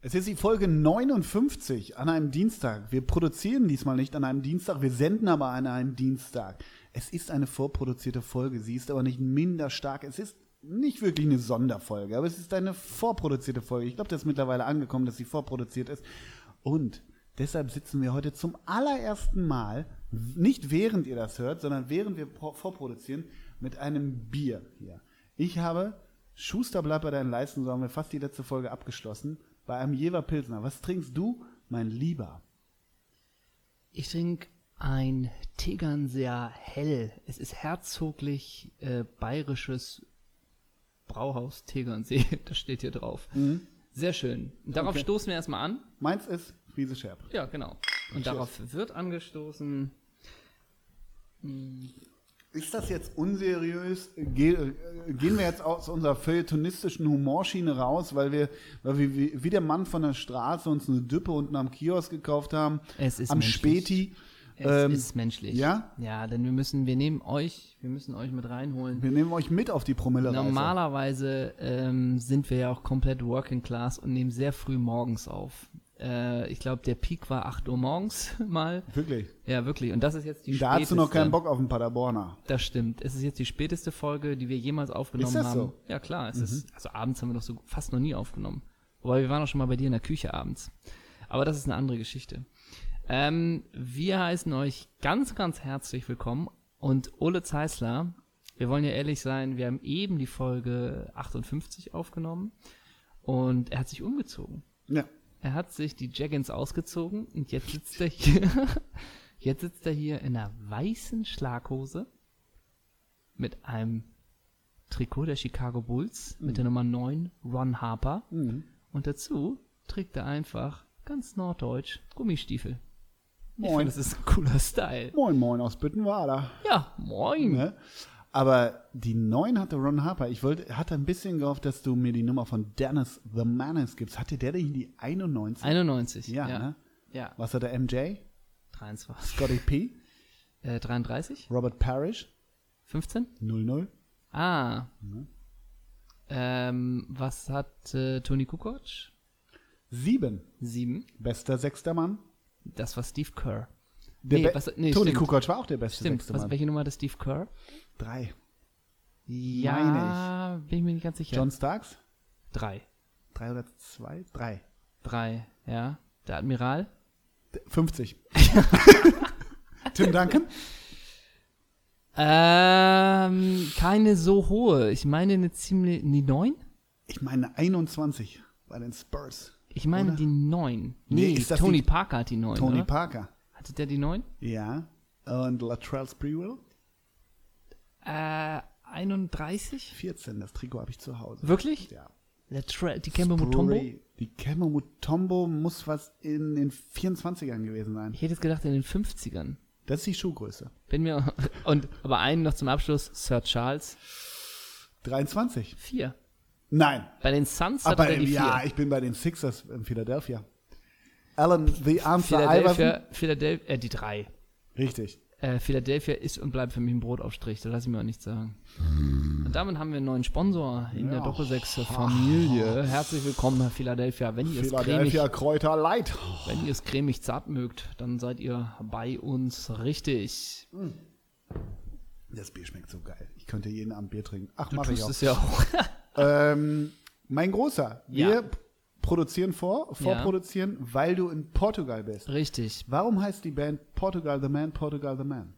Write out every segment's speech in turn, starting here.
Es ist die Folge 59 an einem Dienstag. Wir produzieren diesmal nicht an einem Dienstag, wir senden aber an einem Dienstag. Es ist eine vorproduzierte Folge, sie ist aber nicht minder stark. Es ist nicht wirklich eine Sonderfolge, aber es ist eine vorproduzierte Folge. Ich glaube, das ist mittlerweile angekommen, dass sie vorproduziert ist. Und deshalb sitzen wir heute zum allerersten Mal, nicht während ihr das hört, sondern während wir vorproduzieren, mit einem Bier hier. Ich habe, Schuster, bleib bei deinen Leisten, so haben wir fast die letzte Folge abgeschlossen, bei einem Jever Pilsner. Was trinkst du, mein Lieber? Ich trinke ein Tegernseer Hell. Es ist herzoglich bayerisches Brauhaus Tegernsee. Das steht hier drauf. Mhm. Sehr schön. Darauf stoßen wir erstmal an. Meins ist Friese Scherb. Ja, genau. Und darauf wird angestoßen. Ist das jetzt unseriös? Gehen wir jetzt aus unserer feuilletonistischen Humorschiene raus, weil wir wie der Mann von der Straße uns eine Düppe unten am Kiosk gekauft haben? Es ist am menschlich. Späti. Es ist menschlich. Ja? Ja, denn wir müssen euch mit reinholen. Wir nehmen euch mit auf die Promille-Reise. Normalerweise sind wir ja auch komplett Working Class und nehmen sehr früh morgens auf. Ich glaube, der Peak war 8 Uhr morgens mal. Wirklich? Ja, wirklich. Und das ist jetzt die späteste. Da hast du noch keinen Bock auf einen Paderborner. Das stimmt. Es ist jetzt die späteste Folge, die wir jemals aufgenommen haben. Ist das so? Ja, klar. Es ist, also abends haben wir doch so fast noch nie aufgenommen. Wobei wir waren auch schon mal bei dir in der Küche abends. Aber das ist eine andere Geschichte. Wir heißen euch ganz, ganz herzlich willkommen. Und Ole Zeisler, wir wollen ja ehrlich sein, wir haben eben die Folge 58 aufgenommen und er hat sich umgezogen. Ja. Er hat sich die Jaggins ausgezogen und jetzt sitzt er hier. Jetzt sitzt er hier in einer weißen Schlaghose mit einem Trikot der Chicago Bulls mit der Nummer 9, Ron Harper. Mhm. Und dazu trägt er einfach ganz norddeutsch Gummistiefel. Moin. Ich finde, das ist ein cooler Style. Moin, moin aus Büttenwader. Ja, moin. Ne? Aber die 9 hatte Ron Harper. Ich hatte ein bisschen gehofft, dass du mir die Nummer von Dennis the Menace gibst. Hatte der denn die 91? 91, ja. Ne? Ja. Was hat der MJ? 23. Scotty P? 33. Robert Parrish? 15. 00. Ah. Was hat Tony Kukoc? 7. Bester sechster Mann? Das war Steve Kerr. Tony Kukoc war auch der beste sechste Mann. Welche Nummer hatte Steve Kerr? 3. Ja, bin ich mir nicht ganz sicher. John Starks? 3. 3 oder 2? 3. 3, ja. Der Admiral? 50. Tim Duncan? Keine so hohe. Ich meine eine ziemlich... Die 9? Ich meine 21 bei den Spurs. Ich meine oder? Die 9. Nee, ist das Tony Parker hat die 9, Tony oder? Parker. Hatte der die 9? Ja. Und Latrell Sprewell? 31? 14, das Trikot habe ich zu Hause. Wirklich? Ja. Die Kemba Mutombo? Die Kemba Mutombo muss was in den 24ern gewesen sein. Ich hätte jetzt gedacht in den 50ern. Das ist die Schuhgröße. Aber einen noch zum Abschluss, Sir Charles. 23. 4. Nein. Bei den Suns hat er die 4. Ja, ich bin bei den Sixers in Philadelphia. Alan, the answer Philadelphia, die 3. Richtig. Philadelphia ist und bleibt für mich ein Brotaufstrich, das lasse ich mir auch nicht sagen. Und damit haben wir einen neuen Sponsor in der Doppelsechs-Familie. Herzlich willkommen, Herr Philadelphia. Philadelphia Kräuter Light. Wenn ihr es cremig zart mögt, dann seid ihr bei uns richtig. Das Bier schmeckt so geil. Ich könnte jeden Abend Bier trinken. Ach, mache ich auch. Es ja auch. Mein Großer, wir produzieren vorproduzieren, weil du in Portugal bist. Richtig. Warum heißt die Band Portugal the Man, Portugal the Man?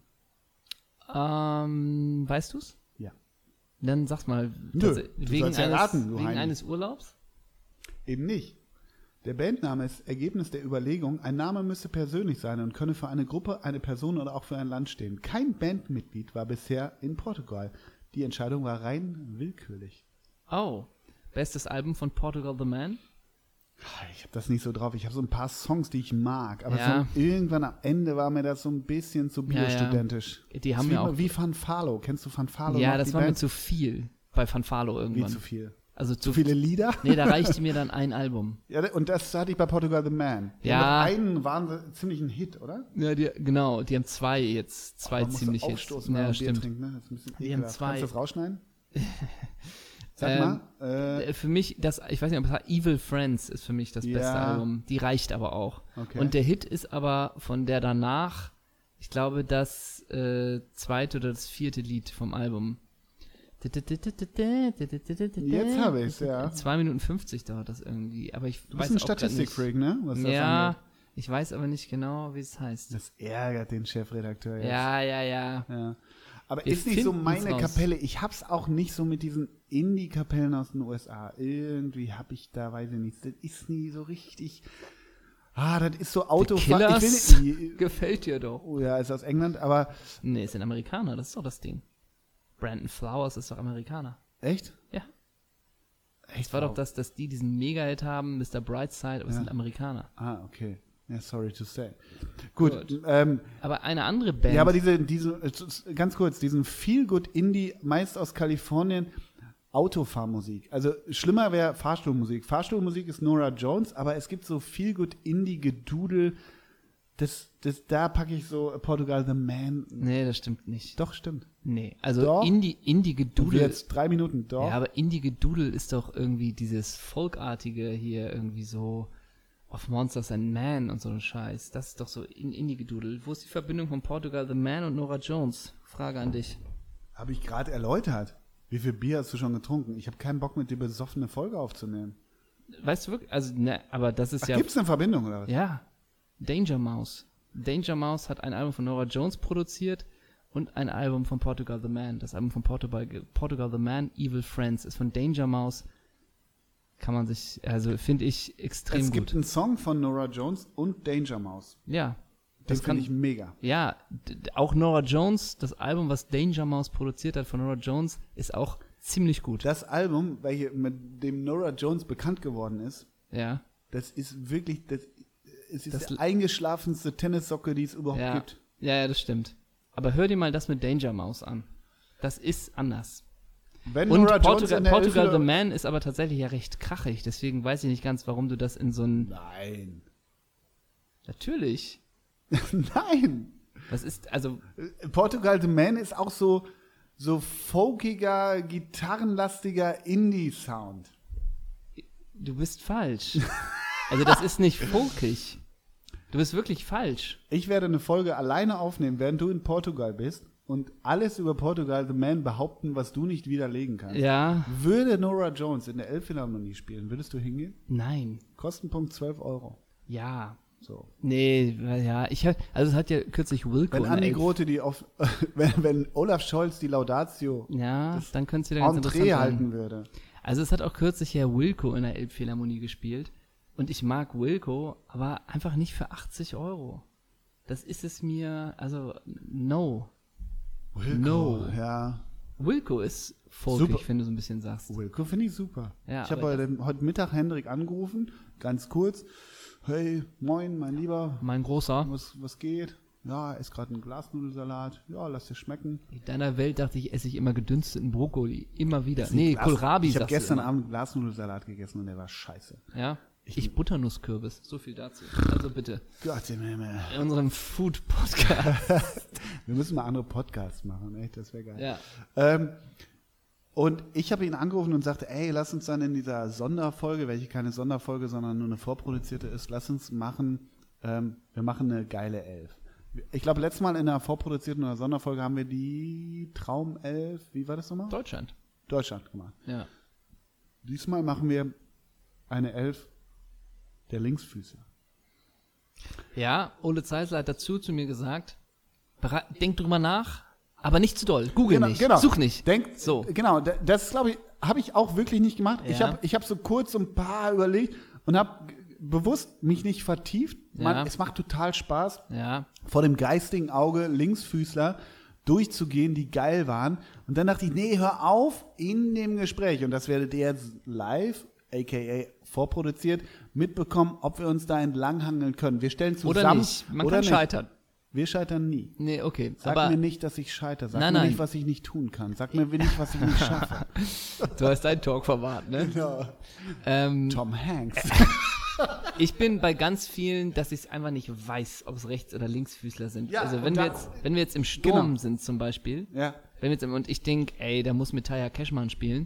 Weißt du's? Ja. Dann sag's mal. Wegen eines Urlaubs? Eben nicht. Der Bandname ist Ergebnis der Überlegung, ein Name müsse persönlich sein und könne für eine Gruppe, eine Person oder auch für ein Land stehen. Kein Bandmitglied war bisher in Portugal. Die Entscheidung war rein willkürlich. Oh. Bestes Album von Portugal the Man? Ich habe das nicht so drauf. Ich habe so ein paar Songs, die ich mag. Aber so irgendwann am Ende war mir das so ein bisschen zu biostudentisch. Ja. Die haben ja auch... Wie Fanfalo. Kennst du Fanfalo? Ja, das war mir zu viel bei Fanfalo irgendwann. Wie zu viel? Also zu viele Lieder? Nee, da reichte mir dann ein Album. Ja, und das hatte ich bei Portugal the Man. Einen waren ziemlich ein Hit, oder? Ja, die haben 2 jetzt. 2 ziemlich Hits. Ja, stimmt. Trinken, ne? Das ist ein bisschen die haben 2. Kannst du das rausschneiden? Sag mal. Für mich, ich weiß nicht, ob es heißt, Evil Friends ist für mich das beste Album. Die reicht aber auch. Okay. Und der Hit ist aber von der danach, ich glaube, das zweite oder das vierte Lied vom Album. Jetzt habe ich es, ja. 2 Minuten 50 dauert das irgendwie. Aber du bist ein Statistikfreak, ne? Was das angeht. Ich weiß aber nicht genau, wie es heißt. Das ärgert den Chefredakteur jetzt. Ja. Aber ist nicht so meine Kapelle. Ich hab's auch nicht so mit diesen Indie-Kapellen aus den USA. Irgendwie hab ich da, weiß ich nicht, das ist nie so richtig. Das ist so Autofahren. Gefällt dir doch. Oh ja, ist aus England, aber. Nee, ist ein Amerikaner, das ist doch das Ding. Brandon Flowers ist doch Amerikaner. Echt? Ja. Es war doch das, dass die diesen Mega-Hit haben, Mr. Brightside, aber es sind Amerikaner. Okay. Ja, sorry to say. Gut. Aber eine andere Band. Ja, aber ganz kurz, diesen Feel-Good-Indie, meist aus Kalifornien, Autofahrmusik. Also schlimmer wäre Fahrstuhlmusik. Fahrstuhlmusik ist Norah Jones, aber es gibt so Feel-Good-Indie-Gedudel, da packe ich so Portugal the Man. Nee, das stimmt nicht. Doch, stimmt. Nee, also Indie-Gedudel. Jetzt 3 Minuten, doch. Ja, aber Indie-Gedudel ist doch irgendwie dieses Folkartige hier irgendwie so of Monsters and Men und so ein Scheiß. Das ist doch so Indie-Gedudel. Wo ist die Verbindung von Portugal the Man und Norah Jones? Frage an dich. Habe ich gerade erläutert. Wie viel Bier hast du schon getrunken? Ich habe keinen Bock, mit dir besoffene Folge aufzunehmen. Weißt du wirklich? Also, ne, aber das ist Gibt's eine Verbindung, oder was? Ja. Danger Mouse. Danger Mouse hat ein Album von Norah Jones produziert und ein Album von Portugal the Man. Das Album von Portugal the Man, Evil Friends, ist von Danger Mouse. Kann man sich, also finde ich extrem gut. Es gibt einen Song von Norah Jones und Danger Mouse. Ja. Das finde ich mega. Ja, auch Norah Jones, das Album, was Danger Mouse produziert hat von Norah Jones, ist auch ziemlich gut. Das Album, mit dem Norah Jones bekannt geworden ist, das ist wirklich, es ist die eingeschlafenste Tennissocke, die es überhaupt gibt. Ja, das stimmt. Aber hör dir mal das mit Danger Mouse an. Das ist anders. Und Portugal the Man ist aber tatsächlich ja recht krachig, deswegen weiß ich nicht ganz, warum du das in so ein... Nein. Natürlich. Nein. Das ist, also... Portugal the Man ist auch so folkiger, gitarrenlastiger Indie-Sound. Du bist falsch. Also das ist nicht folkig. Du bist wirklich falsch. Ich werde eine Folge alleine aufnehmen, während du in Portugal bist und alles über Portugal the Man behaupten, was du nicht widerlegen kannst. Ja. Würde Norah Jones in der Elbphilharmonie spielen, würdest du hingehen? Nein. Kostenpunkt 12 €. Ja. So. Nee, ja, also es hat ja kürzlich Wilco. Wenn Andi Grote wenn Olaf Scholz die Laudatio dann könnte sie da ganz Entree halten würde. Also es hat auch kürzlich ja Wilco in der Elbphilharmonie gespielt. Und ich mag Wilco, aber einfach nicht für 80 €. Das ist es mir, also, no. Wilco, no. Ja. Wilco ist folkig, wenn du so ein bisschen sagst. Wilco finde ich super. Ja, ich habe heute Mittag Hendrik angerufen, ganz kurz. Hey, moin, mein Lieber. Mein Großer. Was geht? Ja, esse gerade einen Glasnudelsalat. Ja, lass dir schmecken. In deiner Welt dachte ich, esse ich immer gedünsteten Brokkoli. Immer wieder. Kohlrabi. Ich habe gestern Abend Glasnudelsalat gegessen und der war scheiße. Ja? Ich Butternuss-Kürbis. So viel dazu. Also bitte. Gott im Himmel. In unserem Food-Podcast. Wir müssen mal andere Podcasts machen, echt, das wäre geil. Ja. Und ich habe ihn angerufen und sagte, ey, lass uns dann in dieser Sonderfolge, welche keine Sonderfolge, sondern nur eine vorproduzierte ist, lass uns machen, wir machen eine geile 11. Ich glaube, letztes Mal in einer vorproduzierten oder Sonderfolge haben wir die Traum 11, wie war das nochmal? Deutschland gemacht. Ja. Diesmal machen wir eine 11 der Linksfüßer. Ja, Ole Zeisler hat dazu zu mir gesagt, denk drüber nach, aber nicht zu doll. Google nicht. Genau. Such nicht. Genau, das glaube ich, habe ich auch wirklich nicht gemacht. Ja. Ich habe so kurz ein paar überlegt und habe bewusst mich nicht vertieft. Es macht total Spaß, vor dem geistigen Auge Linksfüßler durchzugehen, die geil waren. Und dann dachte ich, nee, hör auf in dem Gespräch. Und das werdet ihr jetzt live, a.k.a. vorproduziert, mitbekommen, ob wir uns da entlanghangeln können. Wir stellen zusammen. Oder nicht. Man kann scheitern. Wir scheitern nie. Nee, okay. Sag mir nicht, dass ich scheitere. Sag mir nicht, was ich nicht tun kann. Sag mir nicht, was ich nicht schaffe. Du hast dein Talkformat, ne? Genau. Tom Hanks. Ich bin bei ganz vielen, dass ich es einfach nicht weiß, ob es Rechts- oder Linksfüßler sind. Ja, also wenn wir jetzt im Sturm sind zum Beispiel, ja. und ich denke, ey, da muss mit Taya Cashman spielen,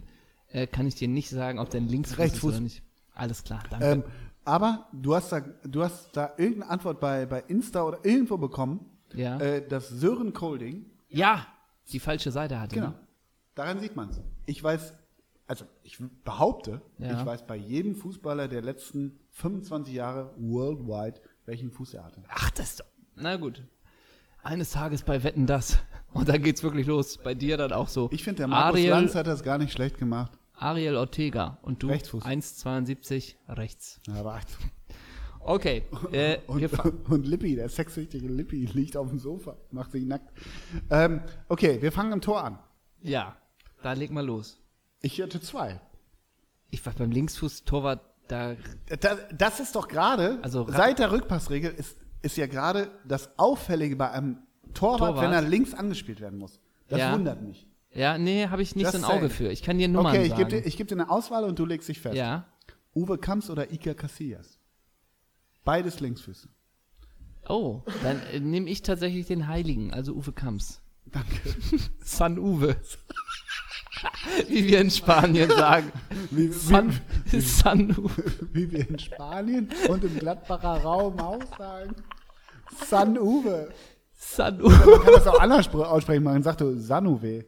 kann ich dir nicht sagen, ob der ein Linksfuß ist oder nicht. Alles klar, danke. Aber du hast da irgendeine Antwort bei Insta oder irgendwo bekommen, dass Sören Kolding die falsche Seite hatte. Genau. Ne? Daran sieht man es. Ich behaupte, ich weiß bei jedem Fußballer der letzten 25 Jahre worldwide, welchen Fuß er hatte. Ach, das ist doch. Na gut. Eines Tages bei Wetten, das. Und dann geht's wirklich los. Bei dir dann auch so. Ich finde, der Markus Lanz hat das gar nicht schlecht gemacht. Ariel Ortega. Und du? Rechtsfuß. 1,72 rechts. Ja, aber okay. Und Lippi, der sexsüchtige Lippi, liegt auf dem Sofa, macht sich nackt. Okay, wir fangen im Tor an. Ja, da leg mal los. Ich hatte 2. Ich war beim Linksfuß-Torwart da. Das ist doch gerade, seit der Rückpassregel ist ja gerade das Auffällige bei einem Torwart, wenn er links angespielt werden muss. Das wundert mich. Ja, nee, habe ich nicht so ein Auge für. Ich kann dir Nummern sagen. Okay, ich geb dir eine Auswahl und du legst dich fest. Ja. Uwe Kamps oder Iker Casillas? Beides Linksfüße. Oh, dann nehme ich tatsächlich den Heiligen, also Uwe Kamps. Danke. San Uwe. Wie wir in Spanien sagen. San Uwe. Wie wir in Spanien und im Gladbacher Raum auch sagen. San Uwe. San Uwe. Man kann das auch anders aussprechen. Man sagt so Sanuwe.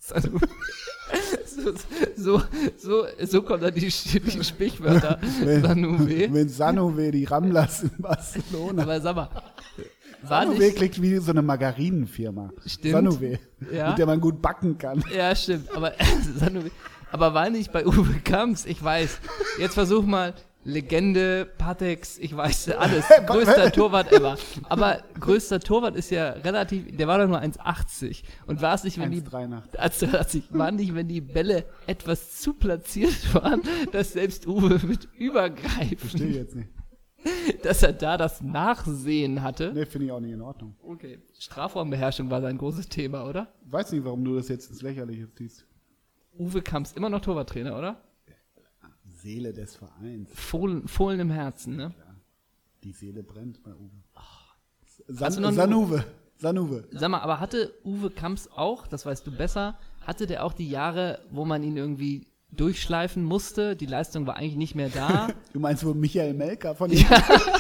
So kommen dann die Sprichwörter. Sanuwe. Wenn Sanuwe die Ramlas in Barcelona. Aber sag mal. Sanuwe klingt wie so eine Margarinenfirma. Stimmt. Sanuwe. Ja. Mit der man gut backen kann. Ja, stimmt. Aber war nicht bei Uwe Kamps, ich weiß. Jetzt versuch mal. Legende, Patex, ich weiß alles. Größter Torwart ever. Aber größter Torwart ist ja relativ, der war doch nur 1,80. Und war es nicht, wenn 1,83. Waren nicht, wenn die Bälle etwas zu platziert waren, dass selbst Uwe mit Übergreifen. Verstehe ich jetzt nicht. Dass er da das Nachsehen hatte. Nee, finde ich auch nicht in Ordnung. Okay. Strafraumbeherrschung war sein großes Thema, oder? Weiß nicht, warum du das jetzt ins Lächerliche ziehst. Uwe Kamps, immer noch Torwarttrainer, oder? Seele des Vereins. Fohlen im Herzen, ne? Ja. Die Seele brennt bei Uwe. Sanuwe. Sanuwe. Sag mal, aber hatte Uwe Kamps auch, das weißt du besser, hatte der auch die Jahre, wo man ihn irgendwie durchschleifen musste? Die Leistung war eigentlich nicht mehr da. Du meinst wohl Michael Melker von ihm?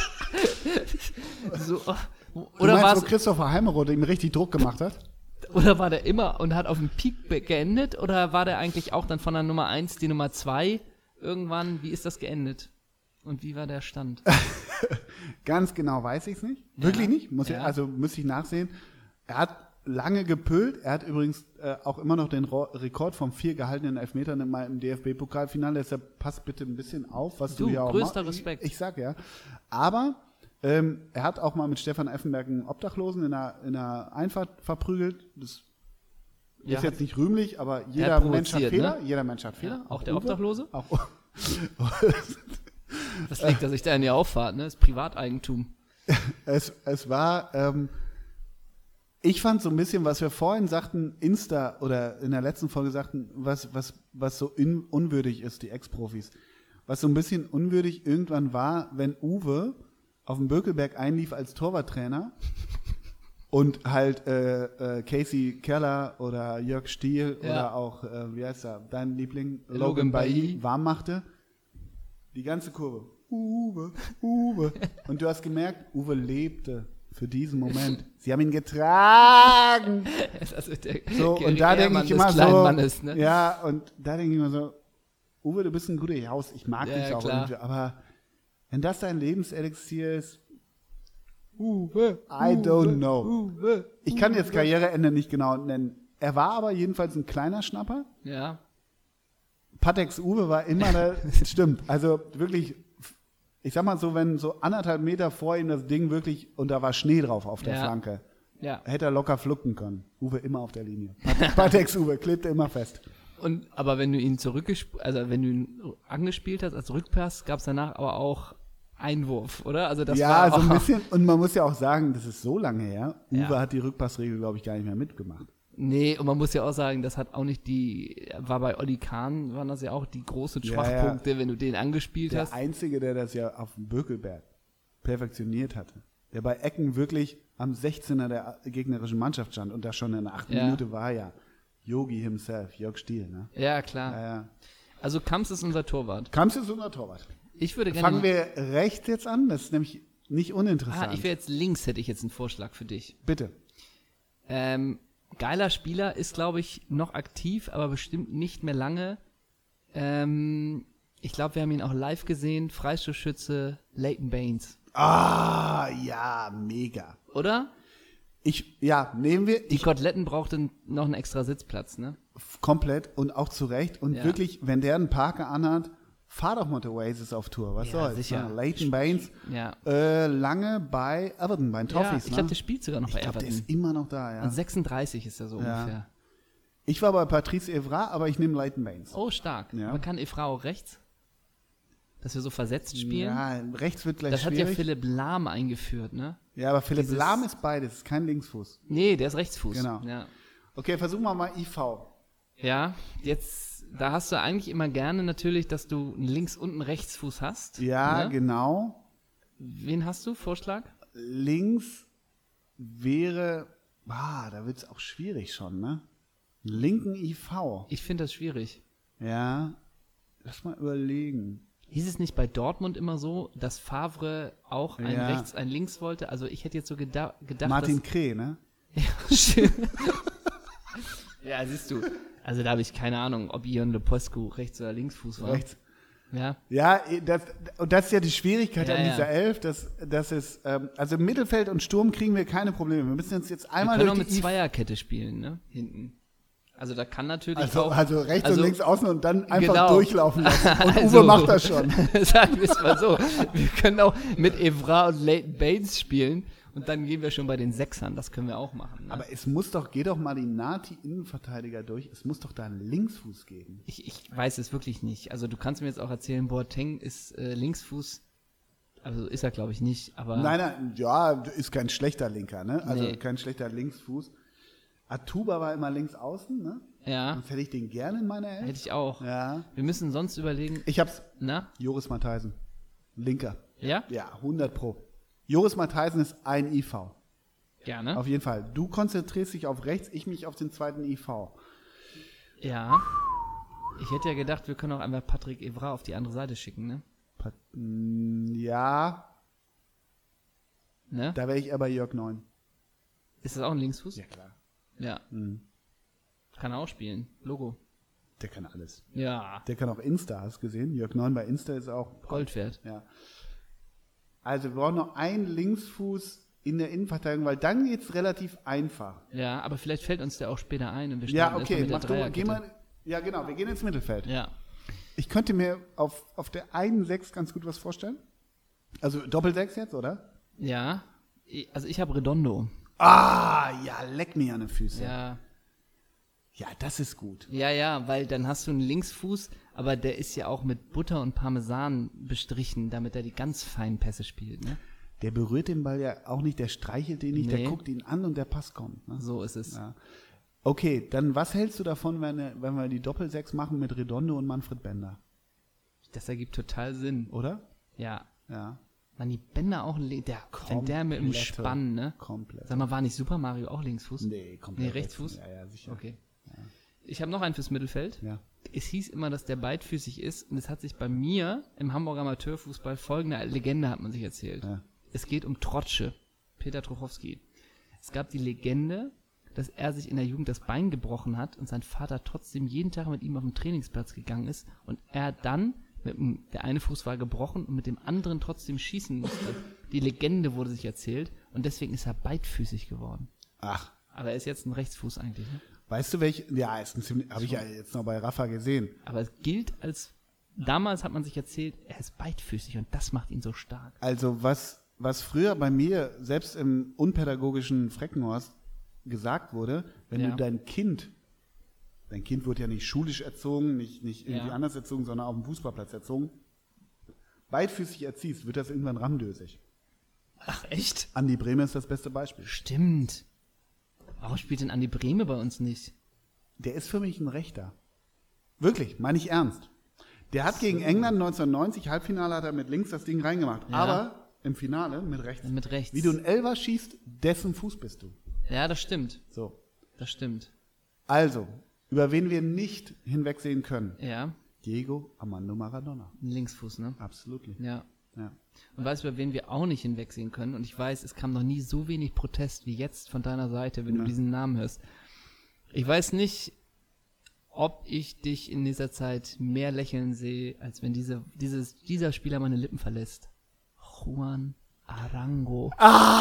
Oder wo Christopher Heimeroth ihm richtig Druck gemacht hat? Oder war der immer und hat auf dem Peak geendet? Oder war der eigentlich auch dann von der Nummer 1 die Nummer 2? Irgendwann, wie ist das geendet? Und wie war der Stand? Ganz genau weiß ich es nicht. Wirklich nicht. Müsste ich nachsehen. Er hat lange gepölt. Er hat übrigens auch immer noch den Rekord von 4 gehaltenen Elfmetern im DFB-Pokalfinale. Deshalb passt bitte ein bisschen auf, was du ja auch machst. Größter Respekt. Ich sag ja. Aber er hat auch mal mit Stefan Effenberg einen Obdachlosen in einer Einfahrt verprügelt. Das ist jetzt nicht rühmlich, aber jeder Mensch hat Fehler. Ne? Jeder Mensch hat Fehler. Ja, auch der Obdachlose? Auch. Was legt er sich da in die Auffahrt, ne? Das ist Privateigentum. Es war, ich fand so ein bisschen, was wir vorhin sagten, Insta oder in der letzten Folge sagten, was so unwürdig ist, die Ex-Profis. Was so ein bisschen unwürdig irgendwann war, wenn Uwe auf dem Bökelberg einlief als Torwarttrainer und halt Casey Keller oder Jörg Stiel oder auch, wie heißt er, dein Liebling, Logan Bailly warm machte. Die ganze Kurve. Uwe. Und du hast gemerkt, Uwe lebte für diesen Moment. Sie haben ihn getragen. Und da denke ich immer so, Mannes, ne? ja, und da denke ich immer so, Uwe, du bist ein guter Haus, ich mag dich auch irgendwie, aber wenn das dein Lebenselixier ist, I don't know. Ich kann jetzt Karriereende nicht genau nennen. Er war aber jedenfalls ein kleiner Schnapper. Ja. Patex Uwe war immer da, stimmt. Also wirklich, ich sag mal so, wenn so 1,5 Meter vor ihm das Ding wirklich, und da war Schnee drauf auf der Flanke, hätte er locker flucken können. Uwe immer auf der Linie. Patex Uwe klebte immer fest. Aber wenn du ihn wenn du ihn angespielt hast als Rückpass, gab es danach aber auch Einwurf, oder? Also das war so ein bisschen, und man muss ja auch sagen, das ist so lange her, Uwe hat die Rückpassregel, glaube ich, gar nicht mehr mitgemacht. Nee, und man muss ja auch sagen, das hat auch nicht war bei Olli Kahn, waren das ja auch die großen Schwachpunkte, wenn du den angespielt hast. Der Einzige, der das ja auf dem Bökelberg perfektioniert hatte, der bei Ecken wirklich am 16er der gegnerischen Mannschaft stand und da schon in der 8. Minute war Yogi himself, Jörg Stiel, ne? Ja, klar. Ja. Also Kamps ist unser Torwart. Kamps ist unser Torwart. Ich würde gerne... Fangen wir rechts jetzt an? Das ist nämlich nicht uninteressant. ich wäre jetzt links, hätte ich jetzt einen Vorschlag für dich. Bitte. Geiler Spieler, ist, glaube ich, noch aktiv, aber bestimmt nicht mehr lange. Ich glaube, wir haben ihn auch live gesehen. Freistoßschütze Leighton Baines. Ah, ja, mega. Oder? Nehmen wir. Die Koteletten brauchten noch einen extra Sitzplatz, ne? Komplett und auch zu Recht. Und wirklich, wenn der einen Parker anhat, fahr doch mit Oasis auf Tour. Was soll's? Sicher. Ne? Leighton Baines, lange bei Everton, bei den Toffees. Ich glaube, der spielt sogar noch bei Everton. Der ist immer noch da, ja. Und 36 ist er so ungefähr. Ich war bei Patrice Evra, aber ich nehme Leighton Baines. Oh, stark. Ja. Man kann Evra auch rechts? Dass wir so versetzt spielen? Ja, rechts wird gleich das schwierig. Das hat ja Philipp Lahm eingeführt, ne? Ja, aber Philipp Lahm ist beides, ist kein Linksfuß. Nee, der ist Rechtsfuß. Genau. Ja. Okay, versuchen wir mal IV. Ja, jetzt, da hast du eigentlich immer gerne natürlich, dass du einen Links- und einen Rechtsfuß hast. Ja, ne? Genau. Wen hast du? Vorschlag? Links wäre, da wird es auch schwierig schon, ne? Linken IV. Ich finde das schwierig. Ja, lass mal überlegen. Hieß es nicht bei Dortmund immer so, dass Favre auch ein Rechts, ein Links wollte? Also ich hätte jetzt so gedacht, Martin Kreh, ne? Ja, schön. Ja, siehst du. Also da habe ich keine Ahnung, ob Ion Leposcu Rechts- oder Linksfuß war. Rechts. Ja. Ja, das ist ja die Schwierigkeit an dieser Elf, dass es, also im Mittelfeld und Sturm kriegen wir keine Probleme. Wir müssen uns jetzt einmal wir können auch mit Zweierkette spielen, ne? Hinten. Also da kann natürlich also rechts und links außen und dann einfach genau. Durchlaufen lassen. Und Uwe macht das schon. Sagen wir es mal so. Wir können auch mit Evra und Leighton Baines spielen und dann gehen wir schon bei den Sechsern. Das können wir auch machen. Ne? Aber geh doch mal die Nati-Innenverteidiger durch. Es muss doch da einen Linksfuß geben. Ich weiß es wirklich nicht. Also du kannst mir jetzt auch erzählen, Boateng ist Linksfuß. Also ist er, glaube ich, nicht. Aber Nein, ist kein schlechter Linker, ne? Also kein schlechter Linksfuß. Atuba war immer links außen, ne? Ja. Sonst hätte ich den gerne in meiner Elf. Hätte ich auch. Ja. Wir müssen sonst überlegen. Ich hab's. Na? Joris Matthijssen. Linker. Ja? Ja, 100 Pro. Joris Matthijssen ist ein IV. Gerne. Auf jeden Fall. Du konzentrierst dich auf rechts, ich mich auf den zweiten IV. Ja. Ich hätte ja gedacht, wir können auch einmal Patrick Evra auf die andere Seite schicken, ne? Ja. Ne? Da wäre ich aber Jörg Neun. Ist das auch ein Linksfuß? Ja, klar. Ja. Kann er auch spielen. Logo. Der kann alles. Ja. Der kann auch Insta, hast du gesehen? Jörg Neun bei Insta ist auch Gold wert. Ja. Also wir brauchen noch einen Linksfuß in der Innenverteidigung, weil dann geht's relativ einfach. Ja, aber vielleicht fällt uns der auch später ein und wir Ja, starten okay, erstmal mit der geh mal. Ja, genau, wir gehen ins Mittelfeld. Ja. Ich könnte mir auf der einen 6 ganz gut was vorstellen. Also Doppel-6 jetzt, oder? Ja. Also ich habe Redondo. Ah, ja, leck mir an den Füßen. Ja. Ja, das ist gut. Ja, weil dann hast du einen Linksfuß, aber der ist ja auch mit Butter und Parmesan bestrichen, damit er die ganz feinen Pässe spielt, ne? Der berührt den Ball ja auch nicht, der streichelt den nicht, der guckt ihn an und der Pass kommt. Ne? So ist es. Ja. Okay, dann was hältst du davon, wenn wir die Doppel-6 machen mit Redondo und Manfred Bender? Das ergibt total Sinn. Oder? Ja. Ja. Man, die Bender auch, wenn der mit dem Spann, ne? Komplett. Sag mal, war nicht Super Mario auch Linksfuß? Nee, komplett. Nee, Rechtsfuß? Ja, sicher. Okay. Ja. Ich habe noch einen fürs Mittelfeld. Ja. Es hieß immer, dass der beidfüßig ist und es hat sich bei mir im Hamburger Amateurfußball folgende Legende hat man sich erzählt. Ja. Es geht um Trotsche, Peter Trochowski. Es gab die Legende, dass er sich in der Jugend das Bein gebrochen hat und sein Vater trotzdem jeden Tag mit ihm auf den Trainingsplatz gegangen ist und er dann der eine Fuß war gebrochen und mit dem anderen trotzdem schießen musste. Die Legende wurde sich erzählt und deswegen ist er beidfüßig geworden. Ach. Aber er ist jetzt ein Rechtsfuß eigentlich, ne? Weißt du welche? Ja, habe ich ja jetzt noch bei Rafa gesehen. Aber es gilt als, damals hat man sich erzählt, er ist beidfüßig und das macht ihn so stark. Also was früher bei mir, selbst im unpädagogischen Freckenhorst, gesagt wurde, wenn du dein Kind wird ja nicht schulisch erzogen, nicht irgendwie anders erzogen, sondern auf dem Fußballplatz erzogen, beidfüßig erziehst, wird das irgendwann ramdösig. Ach, echt? Andi Brehme ist das beste Beispiel. Stimmt. Warum spielt denn Andi Brehme bei uns nicht? Der ist für mich ein Rechter. Wirklich, meine ich ernst. Der hat gegen England 1990, Halbfinale hat er mit links das Ding reingemacht. Ja. Aber im Finale mit rechts. Mit rechts. Wie du einen Elfer schießt, dessen Fuß bist du. Ja, das stimmt. So. Das stimmt. Also, über wen wir nicht hinwegsehen können. Ja. Diego Armando Maradona. Ein Linksfuß, ne? Absolut. Ja. Ja. Und weißt du, über wen wir auch nicht hinwegsehen können? Und ich weiß, es kam noch nie so wenig Protest wie jetzt von deiner Seite, wenn du diesen Namen hörst. Ich weiß nicht, ob ich dich in dieser Zeit mehr lächeln sehe, als wenn dieser Spieler meine Lippen verlässt. Juan Arango.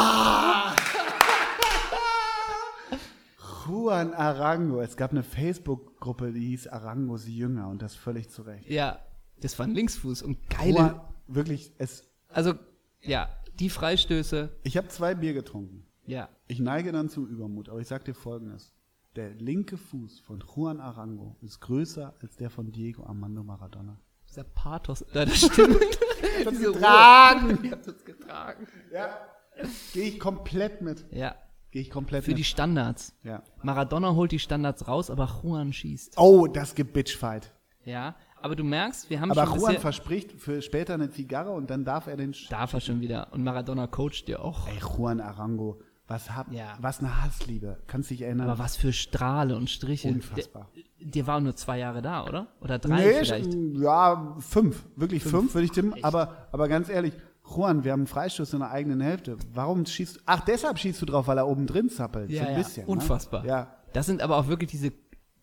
Juan Arango. Es gab eine Facebook-Gruppe, die hieß Arangos Jünger und das völlig zu Recht. Ja, das war ein Linksfuß und geile. Juan, wirklich, Also, ja, die Freistöße. Ich habe 2 Bier getrunken. Ja. Ich neige dann zum Übermut, aber ich sag dir Folgendes. Der linke Fuß von Juan Arango ist größer als der von Diego Armando Maradona. Dieser Pathos, das stimmt. Ich hab das getragen. Ich hab das getragen. Ja. Gehe ich komplett mit. Ja. Gehe ich komplett Für mit. die Standards. Ja. Maradona holt die Standards raus, aber Juan schießt. Oh, das Gebitchfight. Ja, aber du merkst, wir haben Aber schon Juan bisher... verspricht für später eine Zigarre und dann darf er den... Darf er schon wieder. Und Maradona coacht dir auch. Ey, Juan Arango, Ja. was eine Hassliebe. Kannst dich erinnern? Aber was für Strahle und Striche. Unfassbar. Der war nur 2 Jahre da, oder? Oder 3 vielleicht. Ja, 5. Wirklich 5 würde ich tippen. Aber ganz ehrlich, Juan, wir haben einen Freistoß in der eigenen Hälfte. Warum schießt du? Ach, deshalb schießt du drauf, weil er oben drin zappelt. Ja, so ein bisschen. unfassbar. Ne? Ja. Das sind aber auch wirklich diese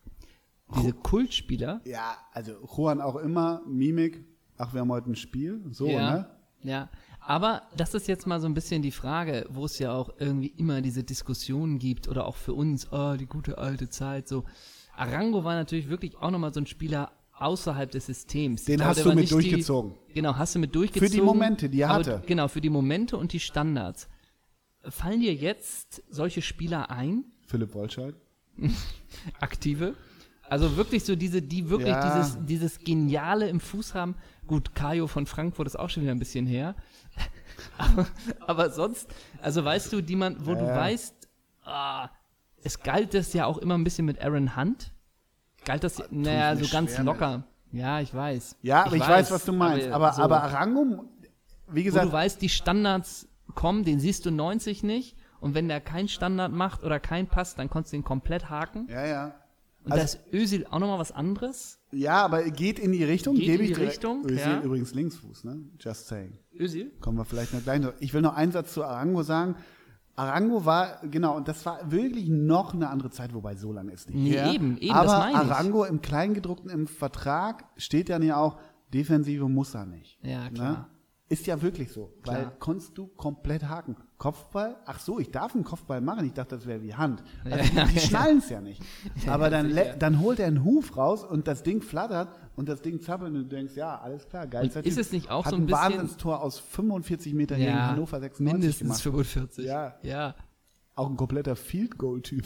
Kultspieler. Ja, also Juan auch immer, Mimik. Ach, wir haben heute ein Spiel. So, Ja, ne? ja. Aber das ist jetzt mal so ein bisschen die Frage, wo es ja auch irgendwie immer diese Diskussionen gibt oder auch für uns, die gute alte Zeit, so. Arango war natürlich wirklich auch nochmal so ein Spieler außerhalb des Systems. Den hast du mit durchgezogen. Genau, hast du mit durchgezogen. Für die Momente, die er hatte. Genau, für die Momente und die Standards. Fallen dir jetzt solche Spieler ein? Philipp Wollscheid. Aktive? Also wirklich so die wirklich Ja. dieses Geniale im Fuß haben. Gut, Kajo von Frankfurt ist auch schon wieder ein bisschen her. aber sonst, also weißt du, wo du weißt, es galt das ja auch immer ein bisschen mit Aaron Hunt. Galt das, naja, so ganz schwer locker. Ja, ich weiß. Ja, aber ich weiß, was du meinst. Aber so, Arango, wie wo gesagt, du weißt, die Standards kommen, den siehst du 90 nicht. Und wenn der keinen Standard macht oder keinen Pass, dann konntest du ihn komplett haken. ja. Und da ist Özil auch nochmal was anderes. Ja, aber geht in die Richtung. Geht gebe in ich die direkt. Richtung, Özil ja. übrigens Linksfuß, ne? Just saying. Özil? Kommen wir vielleicht noch gleich noch. Ich will noch einen Satz zu Arango sagen. Arango war, genau, und das war wirklich noch eine andere Zeit, wobei so lange ist nicht Nee, her. eben, aber das meine ich. Arango im Kleingedruckten im Vertrag steht dann ja auch, Defensive muss er nicht. Ja, klar. Ne? Ist ja wirklich so, weil Klar. konntest du komplett haken. Kopfball, ach so, ich darf einen Kopfball machen, ich dachte, das wäre wie Hand. Also die schnallen es ja nicht. Aber dann holt er einen Huf raus und das Ding flattert und das Ding zappelt und du denkst, ja, alles klar, geil. Und ist es nicht auch hat so ein bisschen- Wahnsinnstor aus 45 Meter hier in Hannover 96 mindestens gemacht. 45. Ja. Auch ein kompletter Field-Goal-Typ.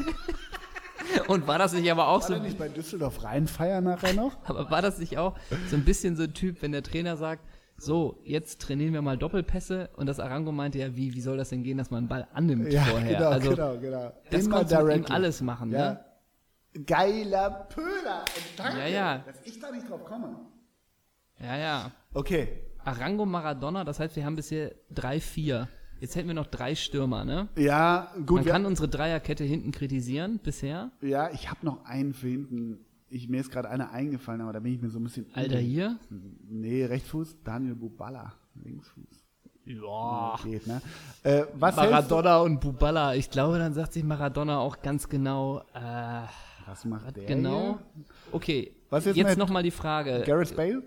Und war das nicht aber auch War so, der nicht bei Düsseldorf Rheinfeier nachher noch? aber war das nicht auch so ein bisschen so ein Typ, wenn der Trainer sagt, so, jetzt trainieren wir mal Doppelpässe und das Arango meinte ja, wie soll das denn gehen, dass man einen Ball annimmt vorher? genau, Also, genau. das Immer konntest du mit ihm directly. alles machen, Ja. ne? Geiler Pöhler. Danke, Ja. dass ich da nicht drauf komme. Ja. Okay. Arango, Maradona, das heißt, wir haben bisher 3-4. Jetzt hätten wir noch 3 Stürmer, ne? Ja, gut. Man kann unsere Dreierkette hinten kritisieren, bisher. Ja, ich habe noch einen für hinten. Mir ist gerade einer eingefallen, aber da bin ich mir so ein bisschen... Alter, hier? Nee, Rechtsfuß, Daniel Bubala, Linksfuß. Ja. Geht, ne? Was hältst Maradona und Bubala. Ich glaube, dann sagt sich Maradona auch ganz genau, du? Was macht der genau. hier? Okay, Was ist jetzt mit nochmal die Frage. Gareth Bale?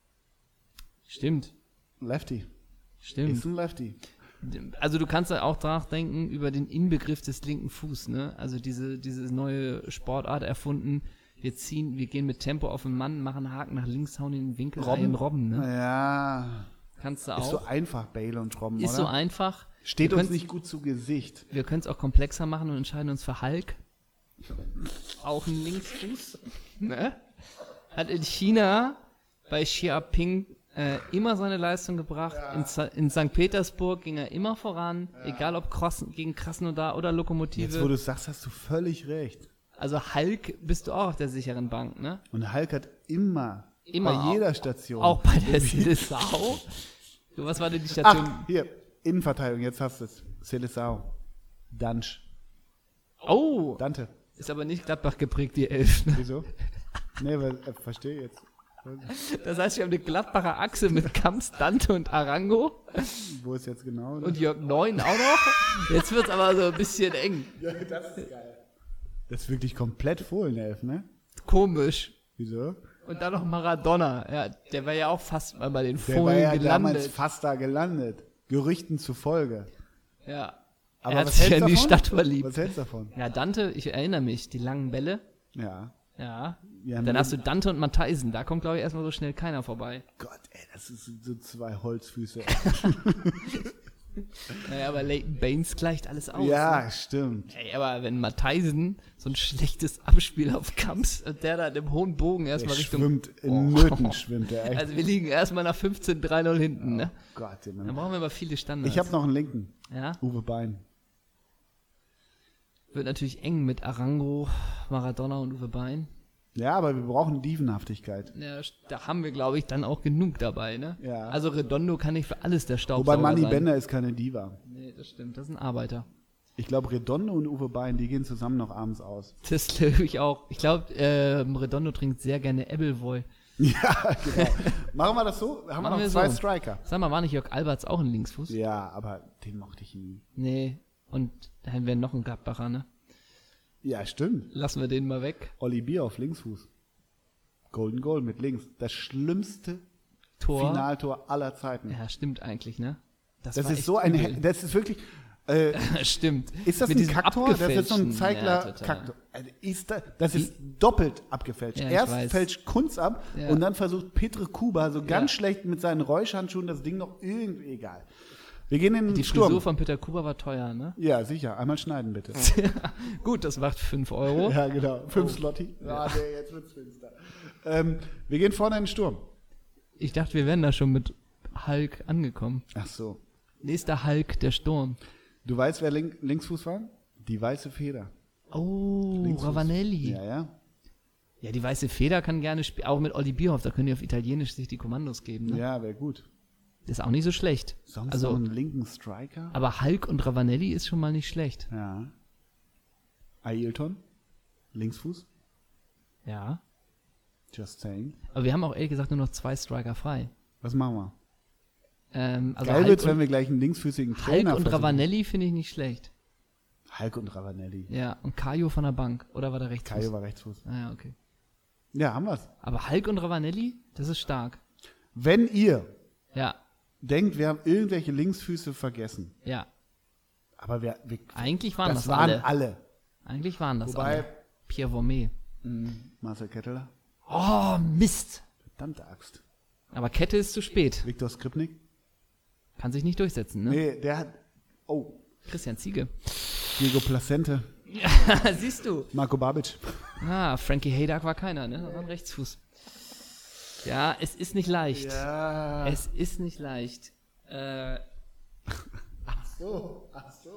Stimmt. Lefty. Ist Stimmt. ein Lefty. Also du kannst ja auch nachdenken über den Inbegriff des linken Fuß, ne? Also diese neue Sportart erfunden. Wir gehen mit Tempo auf den Mann, machen Haken nach links, hauen ihn in den Winkel, Robben, ne? Ja. Kannst du Ist so auch. einfach, Bale und Robben, Ist oder? so einfach. Steht Wir uns können's- nicht gut zu Gesicht. Wir können es auch komplexer machen und entscheiden uns für Hulk. Auch ein Linksfuß. Ne? Hat in China bei Xiaoping immer seine Leistung gebracht. In St. Petersburg ging er immer voran, egal ob gegen Krasnodar oder Jetzt, wo Lokomotive. du es sagst, hast du völlig recht. Also Hulk bist du auch auf der sicheren Bank, ne? Und Hulk hat immer Immer bei jeder Station. Auch bei der Seleção. Was war denn die Station? Ach, hier, Innenverteidigung, jetzt hast du es. Seleção. Dansch. Oh, Dante. ist aber nicht Gladbach geprägt, die 11. Ne? Wieso? Nee, weil, verstehe jetzt. Das heißt, wir haben eine Gladbacher Achse mit Kamps, Dante und Arango. Wo ist jetzt genau? Und Jörg Neun auch noch. Jetzt wird es aber so ein bisschen eng. Ja, das ist geil. Das ist wirklich komplett Fohlenelf, ne? Komisch. Wieso? Und dann noch Maradona. Ja, der war ja auch fast mal bei den Der war Fohlen ja gelandet. damals fast da gelandet. Gerüchten zufolge. Ja. Aber er hat was sich hältst ja in die davon? Stadt verliebt. Was hältst du davon? Ja, Dante, ich erinnere mich, die langen Bälle. Ja. Ja. Wir haben Dann hier- hast du Dante und Matheisen. Da kommt, glaube ich, erstmal so schnell keiner vorbei. Gott, ey, das sind so zwei Holzfüße. Naja, aber Leighton Baines gleicht alles aus. Ja, Ne? stimmt. Ey, aber wenn Matheisen so ein schlechtes Abspiel auf Kamps und der da im hohen Bogen Der erstmal Richtung. schwimmt, in Nöten schwimmt er echt. Also wir liegen erstmal nach 15 3-0 hinten, ne? Gott, ey, Dann Mann. brauchen wir aber viele Standards. Ich habe noch einen linken. Ja, Uwe Bein. wird natürlich eng mit Arango, Maradona und Uwe Bein. Ja, aber wir brauchen Dievenhaftigkeit. Ja, da haben wir, glaube ich, dann auch genug dabei, ne? Ja. Also Redondo kann nicht für alles der Wobei Staubsauger Manni sein. Bender ist keine Diva. Nee, das stimmt, das ist ein Arbeiter. Ich glaube, Redondo und Uwe Bein, die gehen zusammen noch abends aus. Das glaube ich auch. Ich glaube, Redondo trinkt sehr gerne Ebbelwoi. Ja, genau. Machen wir das so? Haben Machen wir wir noch zwei so. Striker? Sag mal, war nicht Jörg Alberts auch ein Linksfuß? Ja, aber den mochte ich nie. Nee. Und da hätten wir noch einen Gladbacher, ne? Ja, stimmt. Lassen wir den mal weg. Olli Bier auf Linksfuß. Golden Goal mit links. Das schlimmste Tor. Finaltor aller Zeiten. Ja, stimmt eigentlich, ne? Das war ist echt so ein, übel. das ist wirklich, Stimmt. ist das Mit ein diesem Kacktor? Das ist so ein abgefälschten- Ja, Zeigler total. Kacktor. Also das ist doppelt abgefälscht. Ja, ich Erst weiß. fälscht Kunz ab Ja. und dann versucht Petre Kuba so ganz Ja. schlecht mit seinen Räuschhandschuhen das Ding noch irgendwie egal. Wir gehen in den Die Sturm. Frisur von Peter Kuba war teuer, ne? Ja, sicher. Einmal schneiden, bitte. Gut, das macht 5 Euro. Ja, genau. 5 Slotti. Ja, nee, jetzt wird's finster. Wir gehen vorne in den Sturm. Ich dachte, wir wären da schon mit Hulk angekommen. Ach so. Nächster Hulk, der Sturm. Du weißt, wer Linksfuß war? Die weiße Feder. Oh, Linksfuß. Ravanelli. Ja, ja. Ja, die weiße Feder kann gerne spielen. Auch mit Olli Bierhoff, da können die auf Italienisch sich die Kommandos geben. Ne? Ja, wäre gut. Das ist auch nicht so schlecht. Sonst noch Also, einen linken Striker? aber Hulk und Ravanelli ist schon mal nicht schlecht. Ja. Ailton? Linksfuß? Ja. Just saying. Aber wir haben auch ehrlich gesagt nur noch 2 Striker frei. Was machen wir? Also Geil Hulk wird's, wenn und, wir gleich einen linksfüßigen Hulk Trainer und versuchen. Ravanelli finde ich nicht schlecht. Hulk und Ravanelli. Ja, und Kajo von der Bank. Oder war der Rechtsfuß? Kajo war Rechtsfuß. Ah, ja, okay. Ja, haben wir's. Aber Hulk und Ravanelli, das ist stark. Wenn ihr Ja, denkt, wir haben irgendwelche Linksfüße vergessen, ja. aber wir Eigentlich waren das waren alle. alle. Eigentlich waren das Wobei, alle. Pierre Vormet. Marcel Ketteler, Oh, Mist. verdammte Axt. Aber Kette ist zu spät. Viktor Skripnik? Kann sich nicht durchsetzen, ne? Nee, der hat, Christian Ziege. Diego Placente, Ja, siehst du. Marco Babic. Ah, Frankie Haydock war keiner, ne? Das war ein Rechtsfuß. Ja, es ist nicht leicht. Ja. Es ist nicht leicht. So.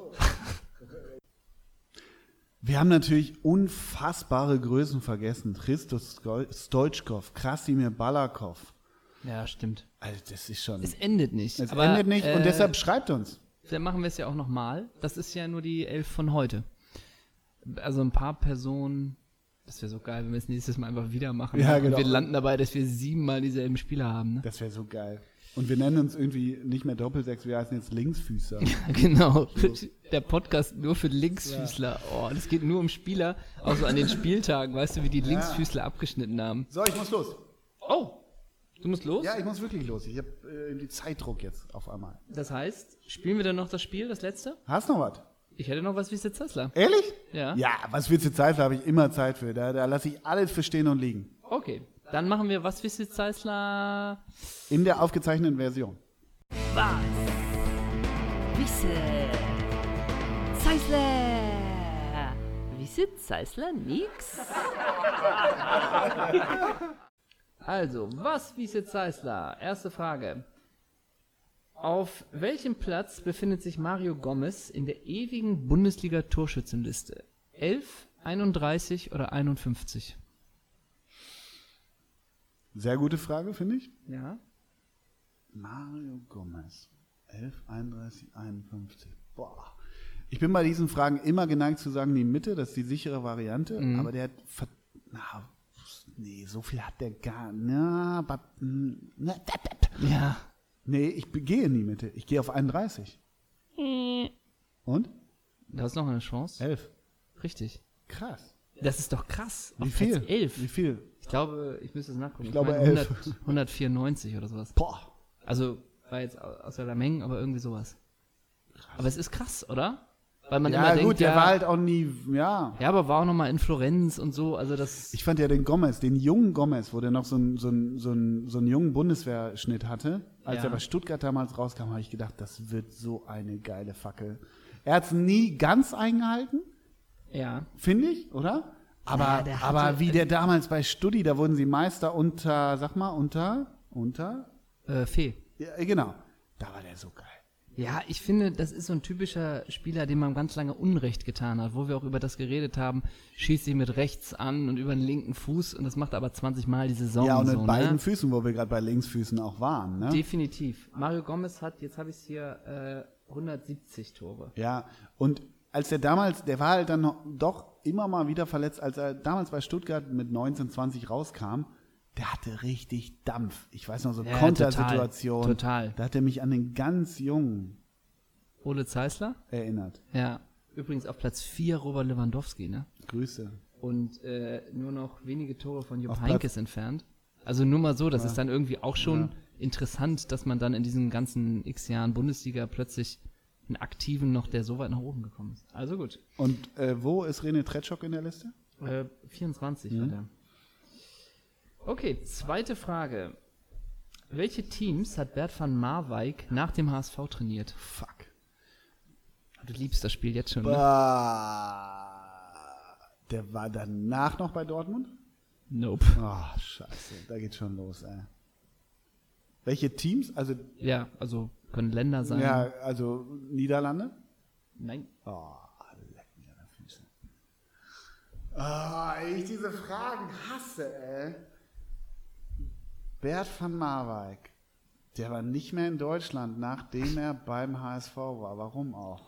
Wir haben natürlich unfassbare Größen vergessen. Christos Stoichkov, Krasimir Balakov. Ja, stimmt. Also das ist schon. Es endet nicht. Es Aber, endet nicht und deshalb schreibt uns. Dann machen wir es ja auch nochmal. Das ist ja nur die 11 von heute. Also ein paar Personen. Das wäre so geil, wenn wir es nächstes Mal einfach wieder machen. Ja, Und genau. wir landen dabei, dass wir 7 Mal dieselben Spieler haben. Ne? Das wäre so geil. Und wir nennen uns irgendwie nicht mehr Doppelsechs, wir heißen jetzt Linksfüßer. Genau. Der Podcast nur für Linksfüßler. Oh, das geht nur um Spieler. Auch so an den Spieltagen, weißt du, wie die Linksfüßler abgeschnitten haben. So, ich muss los. Oh, du musst los? Ja, ich muss wirklich los. Ich habe irgendwie Zeitdruck jetzt auf einmal. Das heißt, spielen wir dann noch das Spiel, das letzte? Hast noch was? Ich hätte noch was wie Zeissler. Ehrlich? Ja. Ja, was willst du Zeit? Da habe ich immer Zeit für. Da lasse ich alles für stehen und liegen. Okay, dann machen wir was wie Zeissler. In der aufgezeichneten Version. Was? Wisse. Zeissler. Wisse Zeissler nix? Also, was wie Zeissler? Erste Frage. Auf welchem Platz befindet sich Mario Gomez in der ewigen Bundesliga-Torschützenliste? 11, 31 oder 51? Sehr gute Frage, finde ich. Ja. Mario Gomez. 11, 31, 51. Boah. Ich bin bei diesen Fragen immer geneigt zu sagen, die Mitte, das ist die sichere Variante. Aber der hat Nee, so viel hat der gar nicht. Ja. Nee, ich gehe in die Mitte. Ich gehe auf 31. Und? Da ist noch eine Chance. 11. Richtig. Krass. Das ist doch krass. Wie Auf viel? Platz 11. Wie viel? Ich glaube, ich müsste es nachgucken. Ich glaube, meine 11. 194 oder sowas. Boah. Also, war jetzt aus der Menge, aber irgendwie sowas. Aber es ist krass, oder? Weil man immer denkt, gut, der war halt auch nie, Ja, aber war auch noch mal in Florenz und so, also das... Ich fand ja den Gomez, den jungen Gomez, wo der noch so einen jungen Bundeswehrschnitt hatte, als er bei Stuttgart damals rauskam, habe ich gedacht, das wird so eine geile Fackel. Er hat es nie ganz eingehalten, finde ich, oder? Aber, aber wie der damals bei Studi, da wurden sie Meister unter, Fee. Ja, genau. Da war der so geil. Ja, ich finde, das ist so ein typischer Spieler, dem man ganz lange Unrecht getan hat, wo wir auch über das geredet haben, schießt sich mit rechts an und über den linken Fuß und das macht aber 20 Mal die Saison. Ja, und mit so, beiden ne? Füßen, wo wir gerade bei Linksfüßen auch waren. Ne? Definitiv. Mario Gomez hat, jetzt habe ich es hier, 170 Tore. Ja, und als der damals, der war halt dann noch, doch immer mal wieder verletzt, als er damals bei Stuttgart mit 19, 20 rauskam, der hatte richtig Dampf. Ich weiß noch, so Kontersituation. Total. Da hat er mich an den ganz Jungen Ole Zeissler? erinnert. Ja. Übrigens auf Platz 4 Robert Lewandowski, ne? Grüße. Und nur noch wenige Tore von Jupp Auf Heynckes entfernt. Also nur mal so, das ist dann irgendwie auch schon interessant, dass man dann in diesen ganzen x Jahren Bundesliga plötzlich einen Aktiven noch, der so weit nach oben gekommen ist. Also gut. Und wo ist René Tretschok in der Liste? 24 war der. Okay, zweite Frage. Welche Teams hat Bert van Marwijk nach dem HSV trainiert? Fuck. Du liebst das Spiel jetzt schon, ne? Der war danach noch bei Dortmund? Nope. Oh, scheiße. Da geht's schon los, ey. Welche Teams? Also, Ja, also können Länder sein. ja, also Niederlande? Nein. Oh, leck mir an den Füßen. Oh, ich diese Fragen hasse, ey. Bert van Marwijk, der war nicht mehr in Deutschland, nachdem er beim HSV war. Warum auch?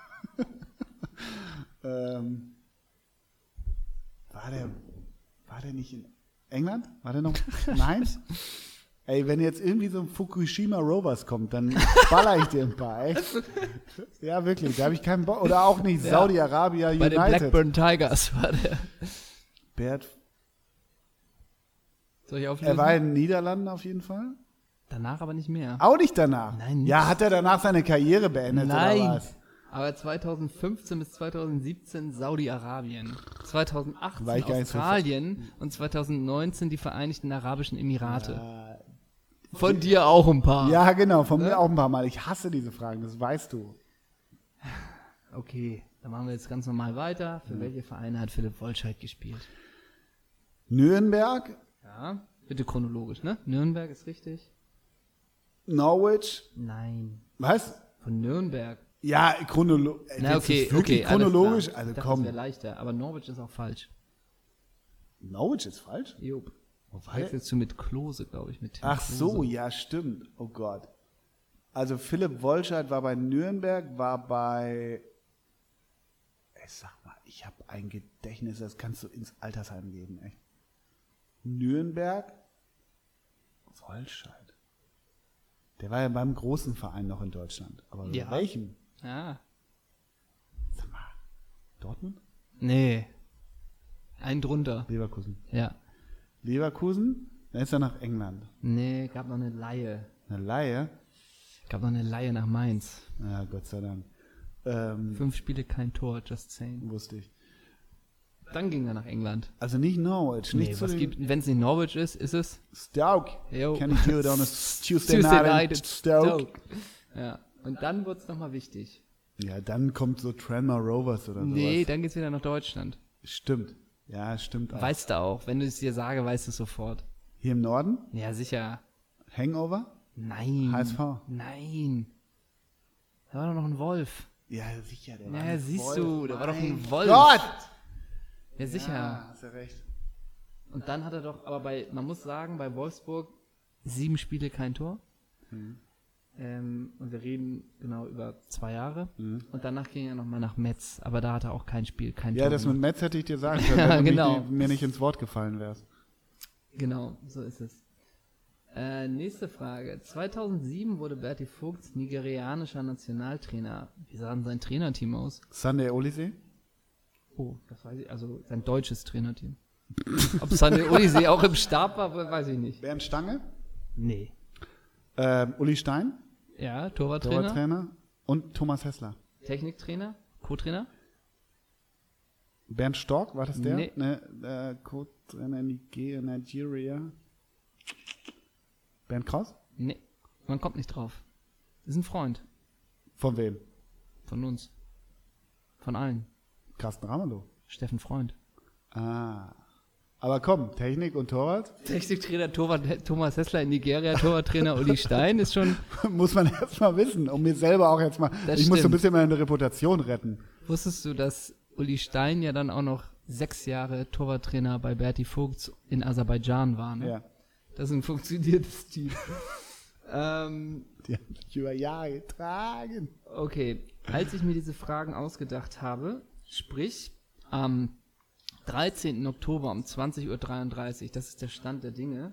War der nicht in England? War der noch? Nein? Ey, wenn jetzt irgendwie so ein Fukushima Rovers kommt, dann baller ich dir ein paar, ey. Ja, wirklich, da habe ich keinen Bock. Oder auch nicht Saudi-Arabia United. Bei den Blackburn Tigers war der. Bert, Soll ich auflösen? er war in den Niederlanden auf jeden Fall. Danach aber nicht mehr. Auch nicht danach. Nein, ja, hat er danach seine Karriere beendet oder Nein. was? Aber 2015 bis 2017 Saudi-Arabien, 2018 War ich gar nicht so Australien und 2019 die Vereinigten Arabischen Emirate. Von dir auch ein paar. Ja, genau, von mir auch ein paar Mal. Ich hasse diese Fragen, das weißt du. Okay, dann machen wir jetzt ganz normal weiter. Für welche Vereine hat Philipp Wollscheid gespielt? Nürnberg, Ja, bitte chronologisch, ne? Nürnberg ist richtig? Norwich, Nein. was? Von Nürnberg. Ja, chronologisch. Na, okay, wirklich okay. chronologisch? Alles klar. Also Ich dachte, komm. das wäre leichter, aber Norwich ist auch falsch. Norwich ist falsch? Jupp. Wo war der? Wechselst du mit Klose, glaube ich, mit Tim Ach so, Klose. ja, stimmt. Oh Gott. Also Philipp Wollscheid war bei Nürnberg, war bei... Sag mal, ich habe ein Gedächtnis, das kannst du ins Altersheim geben, echt. Nürnberg, Wollscheid. Der war ja beim großen Verein noch in Deutschland. Aber bei Ja. welchem? Ja. Sag mal, Dortmund? Nee. Ein drunter. Leverkusen. Ja. Leverkusen? Dann ist er nach England. Nee, gab noch eine Laie. Eine Laie? Gab noch eine Laie nach Mainz. Ja, Gott sei Dank. 5 Spiele, kein Tor, just saying. Wusste ich. Dann ging er nach England. Also nicht Norwich, nicht zu was den gibt, wenn es nicht Norwich ist es Stoke. Jo. Can you do it on a Tuesday night in Stoke? Ja. Und dann wurde es nochmal wichtig. Ja, dann kommt so Tranmere Rovers oder Nee, sowas. dann geht's wieder nach Deutschland. Stimmt. Ja, stimmt auch. Weißt du auch. Wenn du es dir sage, weißt du es sofort. Hier im Norden? Ja, sicher. Hangover? Nein. HSV? Nein. Da war doch noch ein Wolf. Ja, sicher. Der Ja, siehst du, da war doch ein Wolf. Gott! Ja, sicher. Ja, hast ja recht. Und dann hat er doch, aber man muss sagen, bei Wolfsburg 7 Spiele, kein Tor. Und wir reden genau über 2 Jahre. Und danach ging er nochmal nach Metz, aber da hat er auch kein Spiel, kein Ja, Tor. das mit gemacht. Metz hätte ich dir sagen können, Ja, wenn du genau. mir nicht ins Wort gefallen wärst. Genau, so ist es. Nächste Frage. 2007 wurde Berti Vogts nigerianischer Nationaltrainer. Wie sah denn sein Trainerteam aus? Sunday Oliseh? Oh, das weiß ich. Also sein deutsches Trainerteam. Ob Sunday Oliseh auch im Stab war, weiß ich nicht. Bernd Stange? Nee. Uli Stein? Ja, Torwarttrainer. Torwarttrainer. Und Thomas Hessler. Techniktrainer. Co-Trainer. Bernd Stork, war das der? Nee. Ne, Co-Trainer Nigeria. Bernd Kraus? Nee. Man kommt nicht drauf. Ist ein Freund. Von wem? Von uns. Von allen. Carsten Ramelow. Steffen Freund. Ah. Aber komm, Technik und Torwart? Techniktrainer Thomas Hessler in Nigeria, Torwarttrainer Uli Stein ist schon... Muss man erst mal wissen, um mir selber auch jetzt mal... Das ich muss so ein stimmt. bisschen meine Reputation retten. Wusstest du, dass Uli Stein ja dann auch noch 6 Jahre Torwarttrainer bei Berti Vogts in Aserbaidschan war? Ne? Ja. Das ist ein funktioniertes Team. Die haben sich über Jahre getragen. Okay, als ich mir diese Fragen ausgedacht habe, sprich am 13. Oktober um 20.33 Uhr, das ist der Stand der Dinge,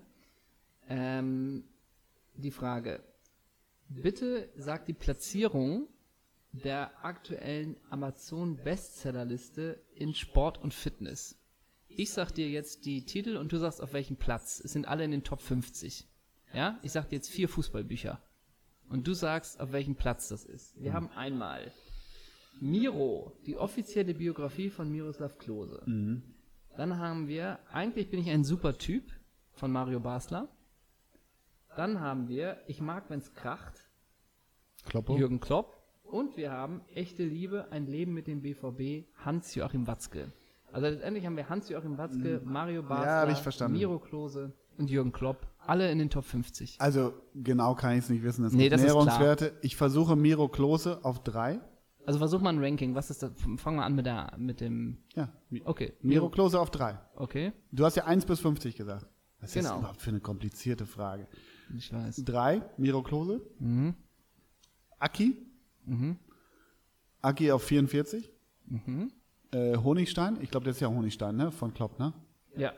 die Frage, bitte sag die Platzierung der aktuellen Amazon-Bestsellerliste in Sport und Fitness. Ich sag dir jetzt die Titel und du sagst auf welchem Platz. Es sind alle in den Top 50. Ja? Ich sag dir jetzt 4 Fußballbücher. Und du sagst, auf welchem Platz das ist. Wir haben einmal Miro, die offizielle Biografie von Miroslav Klose. Dann haben wir Eigentlich bin ich ein super Typ von Mario Basler. Dann haben wir Ich mag, wenn's kracht, Kloppo. Jürgen Klopp. Und wir haben Echte Liebe, ein Leben mit dem BVB, Hans-Joachim Watzke. Also letztendlich haben wir Hans-Joachim Watzke, Mario Ja, hab ich Basler, verstanden. Miro Klose und Jürgen Klopp. Alle in den Top 50. Also genau kann ich es nicht wissen. Es Nee, gibt das ist Näherungswerte. Ich versuche Miro Klose auf 3. Also versuch mal ein Ranking. Was ist das? Fangen wir an mit dem... Ja. Okay. Miro Klose auf 3. Okay. Du hast ja 1 bis 50 gesagt. Was ist Genau. das überhaupt für eine komplizierte Frage? Ich weiß. 3, Miro Klose. Mhm. Aki. Mhm. Aki auf 44. Mhm. Honigstein. Ich glaube, das ist ja Honigstein, ne? Von Klopp, ne? Ja.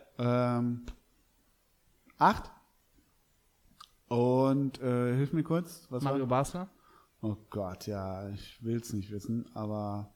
8. Und hilf mir kurz. Was Mario war? Basler. Oh Gott, ja, ich will es nicht wissen, aber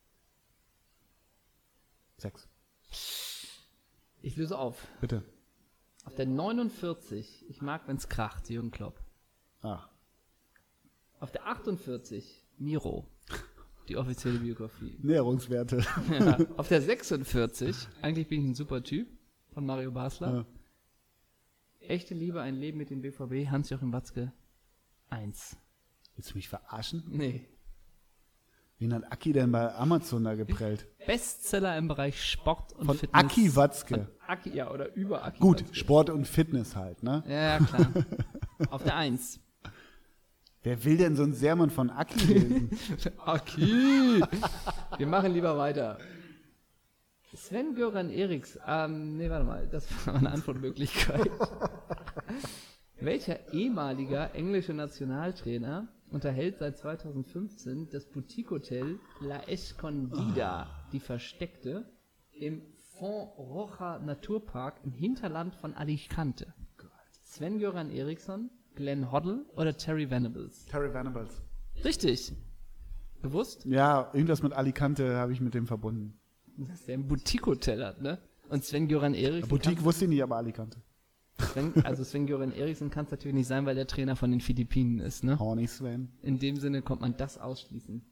6. Ich löse auf. Bitte. Auf der 49, ich mag, wenn's kracht, Jürgen Klopp. Ach. Auf der 48, Miro, die offizielle Biografie. Näherungswerte. Ja. Auf der 46, Eigentlich bin ich ein super Typ, von Mario Basler. Ja. Echte Liebe, ein Leben mit dem BVB, Hans-Joachim Watzke, 1. Willst du mich verarschen? Nee. Wen hat Aki denn bei Amazon da geprellt? Bestseller im Bereich Sport und Von Fitness. Aki Watzke. Von Aki, ja, oder über Aki Gut, Watzke. Sport und Fitness halt, ne? Ja, klar. Auf der 1. Wer will denn so ein Sermon von Aki lesen? Aki! Wir machen lieber weiter. Sven-Göran Eriks, nee, warte mal, das war eine Antwortmöglichkeit. Welcher ehemaliger englischer Nationaltrainer unterhält seit 2015 das Boutique-Hotel La Escondida, die Versteckte, im Font-Roja Naturpark im Hinterland von Alicante? Sven-Göran Eriksson, Glenn Hoddle oder Terry Venables? Terry Venables. Richtig. Bewusst? Ja, irgendwas mit Alicante habe ich mit dem verbunden. Dass der ein Boutique-Hotel hat, ne? Und Sven-Göran Eriksson. Boutique wusste ich nicht, aber Alicante. Sven-Göran Eriksson kann es natürlich nicht sein, weil der Trainer von den Philippinen ist, ne? Horny Sven. In dem Sinne kommt man das ausschließen.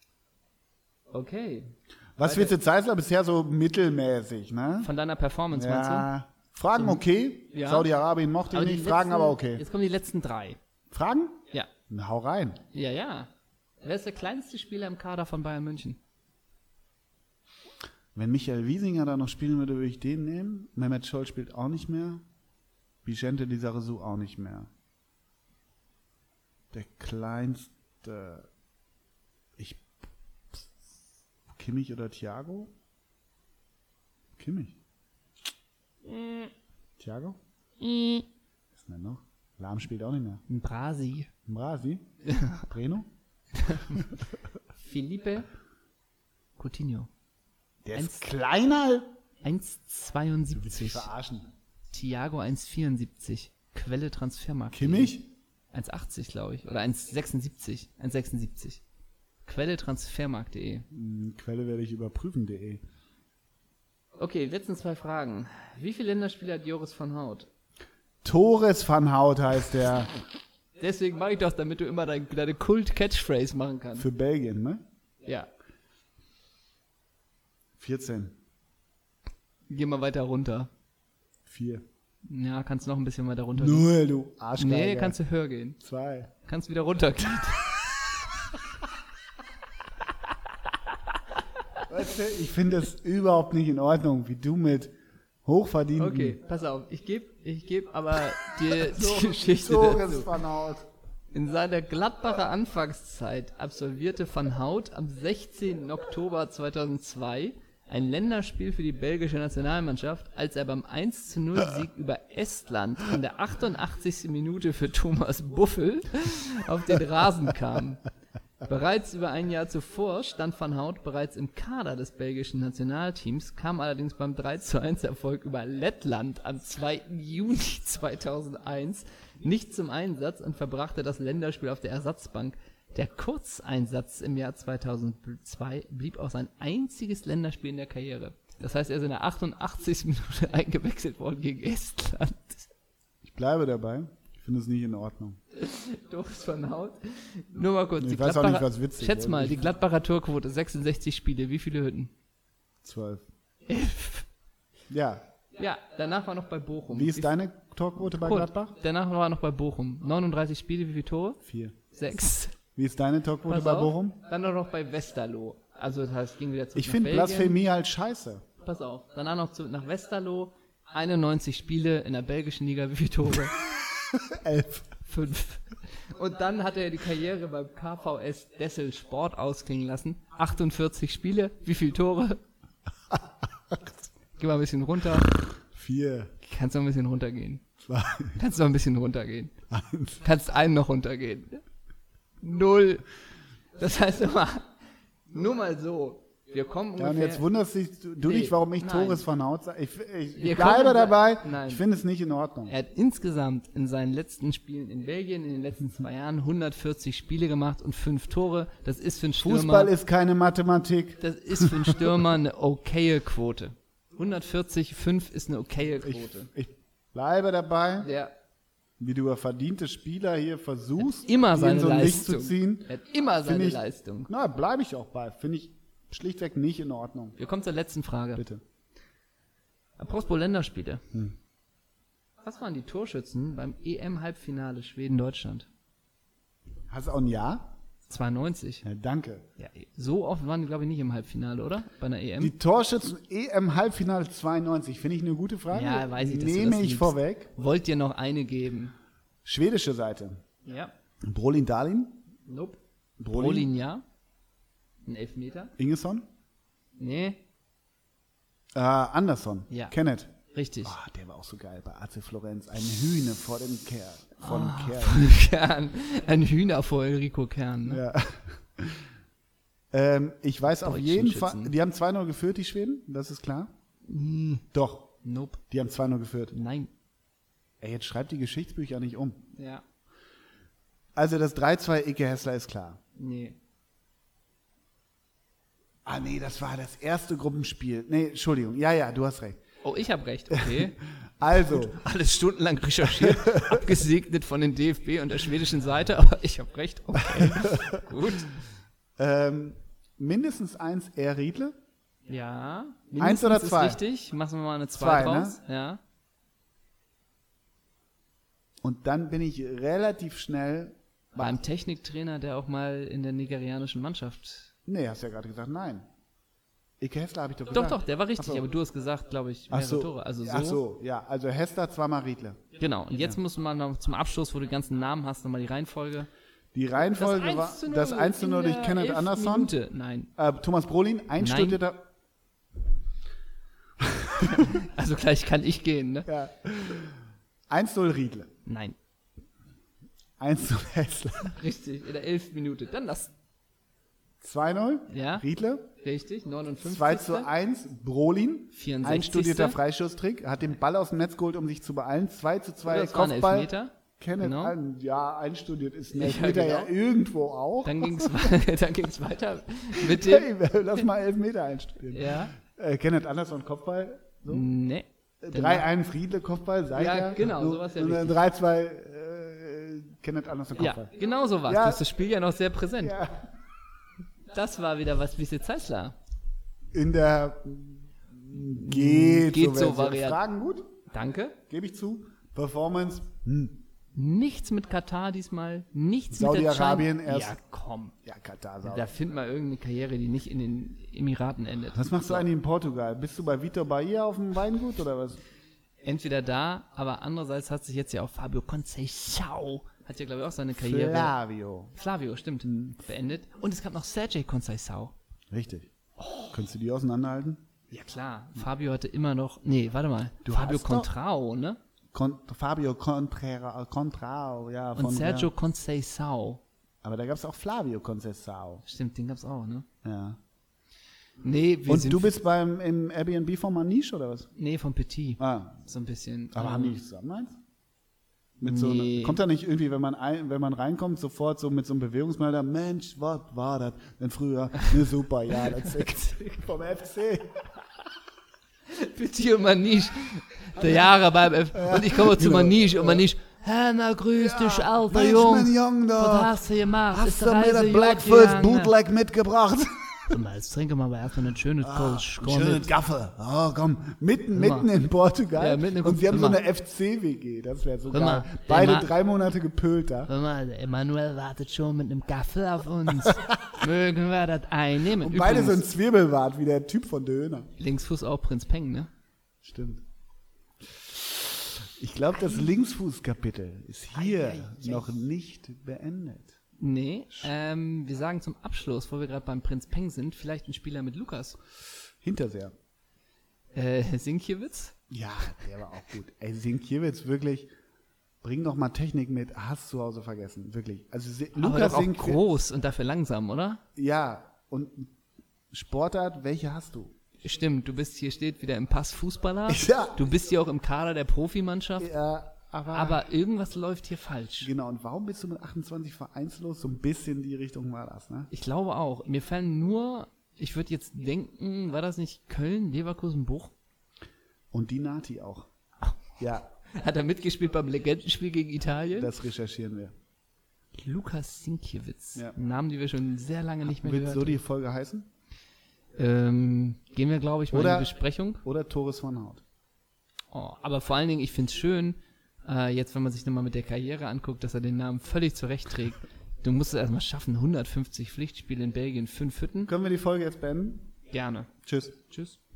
Okay. Was wird jetzt Zeisler bisher so mittelmäßig, ne? Von deiner Performance, meinst du? Ja. Fragen okay. Ja. Saudi-Arabien mochte ich die nicht. Fragen letzten- aber okay. Jetzt kommen die letzten 3. Fragen? Ja. Na, hau rein. Ja, ja. Wer ist der kleinste Spieler im Kader von Bayern München? Wenn Michael Wiesinger da noch spielen würde, würde ich den nehmen. Mehmet Scholl spielt auch nicht mehr. Vicente Lizarazu auch nicht mehr. Der kleinste. Kimmich oder Thiago? Kimmich. Thiago? Was ist denn noch? Lahm spielt auch nicht mehr. Brasi. Mrasi? Breno? Felipe Coutinho. Der ist kleiner. Du willst mich 1,72. verarschen. Thiago 1,74. Quelle Transfermarkt. Kimmich? 1,80, glaube ich. Oder 1,76. 1,76. Quelle Transfermarkt.de. Quelle werde ich überprüfen.de. Okay, letzten 2 Fragen. Wie viele Länderspiele hat Joris van Hout? Torres van Hout heißt der. Deswegen mache ich das, damit du immer deine Kult-Catchphrase machen kannst. Für Belgien, ne? Ja. 14. Geh mal weiter runter. 4. Ja, kannst noch ein bisschen weiter runter. 0, du Arschgeiger. Nee, kannst du höher gehen. 2. Kannst wieder runtergehen. Weißt du, ich finde das überhaupt nicht in Ordnung, wie du mit hochverdienten... Okay, pass auf. Ich geb aber dir die Geschichte Torres dazu. van Hout. In seiner Gladbacher Anfangszeit absolvierte Van Hout am 16. Oktober 2002 ein Länderspiel für die belgische Nationalmannschaft, als er beim 1:0-Sieg über Estland in der 88. Minute für Thomas Buffel auf den Rasen kam. Bereits über ein Jahr zuvor stand Van Hout bereits im Kader des belgischen Nationalteams, kam allerdings beim 3:1-Erfolg über Lettland am 2. Juni 2001 nicht zum Einsatz und verbrachte das Länderspiel auf der Ersatzbank. Der Kurzeinsatz im Jahr 2002 blieb auch sein einziges Länderspiel in der Karriere. Das heißt, er ist in der 88. Minute eingewechselt worden gegen Estland. Ich bleibe dabei. Ich finde es nicht in Ordnung. Doofes Van Hout. Nur mal kurz. Ich weiß auch nicht, was witzig ist. Schätz mal, die Gladbacher Torquote, 66 Spiele. Wie viele Hütten? 12. 11. Ja. Ja, danach war noch bei Bochum. Wie ist deine Torquote bei Gladbach? Danach war noch bei Bochum. 39 Spiele, wie viele Tore? 4. 6. Wie ist deine Torquote Pass bei auf. Bochum? Dann noch bei Westerlo. Also das heißt, ging wieder zurück Ich nach finde Belgien. Blasphemie halt scheiße. Pass auf. Danach noch nach Westerlo. 91 Spiele in der belgischen Liga. Wie viele Tore? 11. 5. Und dann hat er die Karriere beim KVS Dessel Sport ausklingen lassen. 48 Spiele. Wie viele Tore? Geh mal ein bisschen runter. 4. Kannst noch ein bisschen runtergehen. 2. Kannst noch ein bisschen runtergehen. 1. Kannst einen noch runtergehen. 0. Das heißt nur mal so. Wir kommen Ja, und ungefähr... jetzt wunderst du dich, warum ich nein. Torres van Hout sage. Ich Wir bleibe kommen- dabei. Nein. Ich finde es nicht in Ordnung. Er hat insgesamt in seinen letzten Spielen in Belgien in den letzten 2 Jahren 140 Spiele gemacht und 5 Tore. Das ist für einen Stürmer... Fußball ist keine Mathematik. Das ist für einen Stürmer eine okaye Quote. 140, 5 ist eine okaye Quote. Ich bleibe dabei, Der wie du über verdiente Spieler hier versuchst, immer die in seine so ein Licht zu Leistung. ziehen. Er hat immer seine ich- Leistung. Na, bleibe ich auch bei. Finde ich schlichtweg nicht in Ordnung. Wir kommen zur letzten Frage. Bitte. Apropos Länderspiele. Was waren die Torschützen beim EM-Halbfinale Schweden-Deutschland? Hast du auch ein Ja? 92. Ja, danke. Ja, so oft waren die, glaube ich, nicht im Halbfinale, oder? Bei einer EM? Die Torschützen EM-Halbfinale 92, finde ich eine gute Frage. Ja, weiß ich, dass du Nehme das ich liebst. vorweg. Wollt ihr noch eine geben? Schwedische Seite. Ja. Brolin Dahlin. Nope. Brolin. Brolin, ja. Ein Elfmeter? Ingesson. Nee. Anderson. Ja. Kenneth. Richtig. Ah, der war auch so geil bei AC Florenz. Ein Hühne vor dem Kerl. Vor dem Kerl. Kern. Ein Hühner vor Enrico Kern. Ne? Ja. Ich weiß auf Deutschen jeden Schützen. Fall, die haben 2-0 geführt, die Schweden, das ist klar. Doch, Nope. die haben 2-0 geführt. Nein. Ey, jetzt schreibt die Geschichtsbücher nicht um. Ja. Also das 3-2 Icke Hessler ist klar. Nee. Ah nee, das war das erste Gruppenspiel. Nee, Entschuldigung. Ja, du hast recht. Oh, ich habe recht. Okay. Also, Alles stundenlang recherchiert, abgesegnet von den DFB und der schwedischen Seite, aber ich habe recht. Okay. Gut. mindestens 1 R. Riedle. Ja. 1 oder 2? Ist richtig. Machen wir mal eine 2 2, draus. Ja. Und dann bin ich relativ schnell. War ein Techniktrainer, der auch mal in der nigerianischen Mannschaft. Nee, hast ja gerade gesagt, nein. Icke Hessler habe ich doch Doch, gesagt. doch, der war richtig, Ach so. aber du hast gesagt, glaube ich, Ach mehrere so. Tore. Also so. Ach so, ja. Also Hessler, 2-mal Riedle. Genau. Und jetzt muss man noch zum Abschluss, wo du die ganzen Namen hast, nochmal die Reihenfolge. Die Reihenfolge war das 1-0 durch Kenneth Anderson. Minute. Nein. Thomas Brolin, einstudierter. Also gleich kann ich gehen, ne? Ja. 1-0 Riedle. Nein. 1-0 Hessler. Richtig, in der 11. Minute. Dann das 2-0, Ja. Riedle. Richtig, 59. 2-1, Brolin. 64. Einstudierter Freistoßtrick. Hat den Ball aus dem Netz geholt, um sich zu beeilen. 2-2, Das war ein Kopfball. Elfmeter. Kenneth Genau. Allen, ja, einstudiert ist ein Ja, Elfmeter genau. ja irgendwo auch. Dann ging es weiter mit dem. Hey, lass mal Elfmeter einstudieren. Ja. Kenneth Anderson, Kopfball. So. Nee. 3-1, Friedle, Kopfball, Seiter. Ja, genau, sowas ja Und dann richtig. 3-2, Kenneth Anderson, Ja, Kopfball. genau so was. Ja. Du hast das Spiel ja noch sehr präsent. Ja. Das war wieder was Wiese Zeissler. In der geht so so Version. Variante. Fragen gut, Danke. gebe ich zu. Performance, Nichts mit Katar diesmal, nichts mit der Saudi-Arabien China- erst. Ja, komm. Ja, Katar, Saudi. Da find mal irgendeine Karriere, die nicht in den Emiraten endet. Was machst du eigentlich in Portugal? Bist du bei Vitor Bahia auf dem Weingut oder was? Entweder da, aber andererseits hat sich jetzt ja auch Fabio Conceição, hat ja glaube ich auch seine Karriere. Flavio, stimmt, beendet. Und es gab noch Sergej Conceição. Richtig. Könntest du die auseinanderhalten? Ja klar, Fabio hatte immer noch, nee, warte mal, Fabio hast doch- Contrao, ne? Fabio Contrao, ja. Und Sergio Conceição. Aber da gab es auch Flavio Conceição. Stimmt, den gab's auch, ne? Ja. Nee, wir Und sind du bist im Airbnb von Maniche oder was? Nee, von Petit. Ah, So ein bisschen. aber haben die nicht zusammen eins? Mit so Nee. kommt da nicht irgendwie, wenn man reinkommt, sofort so mit so einem Bewegungsmelder, Mensch, was war das denn früher? Ne, super, ja, das ist vom FC. Petit und Maniche. Der Jahre beim F. Und ich komme zu Genau. Maniche und Maniche. Hanna, grüß dich, alter Mensch, Jung. mein Jung Was da. hast du gemacht? Hast Ist du die mir Reise das gut Blackfist gegangen? Bootleg mitgebracht? Sag mal, jetzt trinken wir mal erstmal ein schönes Kölsch. Komm Schöne mit. Gaffe. Oh, komm, mitten Hör mal. in Portugal. Ja, mitten in und sie haben so Hör mal. eine FC-WG. Das wäre so Hör mal, geil. Beide Emma. 3 Monate gepölt da. Hör mal, der Emanuel wartet schon mit einem Gaffel auf uns. Mögen wir das einnehmen? Und beide so ein Übrigens, Zwirbelbart wie der Typ von Döner. Linksfuß auch Prinz Peng, ne? Stimmt. Ich glaube, das Linksfußkapitel ist hier noch nicht beendet. Nee, wir sagen zum Abschluss, wo wir gerade beim Prinz Peng sind, vielleicht ein Spieler mit Lukas. Hinterseher. Sinkiewicz? Ja, der war auch gut. Ey, Sinkiewicz, wirklich, bring doch mal Technik mit. Hast zu Hause vergessen, wirklich. Also Aber Lukas doch auch Sinkiewicz, groß und dafür langsam, oder? ja, und Sportart, welche hast du? Stimmt, du bist hier, steht wieder im Pass Fußballer. Ja. Du bist hier auch im Kader der Profimannschaft. Ja, Aber irgendwas läuft hier falsch. genau, und warum bist du mit 28 vereinslos? So ein bisschen die Richtung war das, ne? Ich glaube auch. Mir fallen nur, ich würde jetzt denken, war das nicht Köln, Leverkusen, Bruch? Und die Nati auch. Ja, Hat er mitgespielt beim Legendenspiel gegen Italien? das recherchieren wir. Lukas Sinkiewicz. Ja. Namen, die wir schon sehr lange nicht mehr Wird gehört so die Folge heißen? Gehen wir, glaube ich, mal in Oder- die Besprechung. Oder Torres von Haut? Oh, aber vor allen Dingen, ich finde es schön, jetzt, wenn man sich nochmal mit der Karriere anguckt, dass er den Namen völlig zurecht trägt. Du musst es erstmal schaffen, 150 Pflichtspiele in Belgien, 5 Hütten. Können wir die Folge jetzt beenden? Gerne. Tschüss. Tschüss.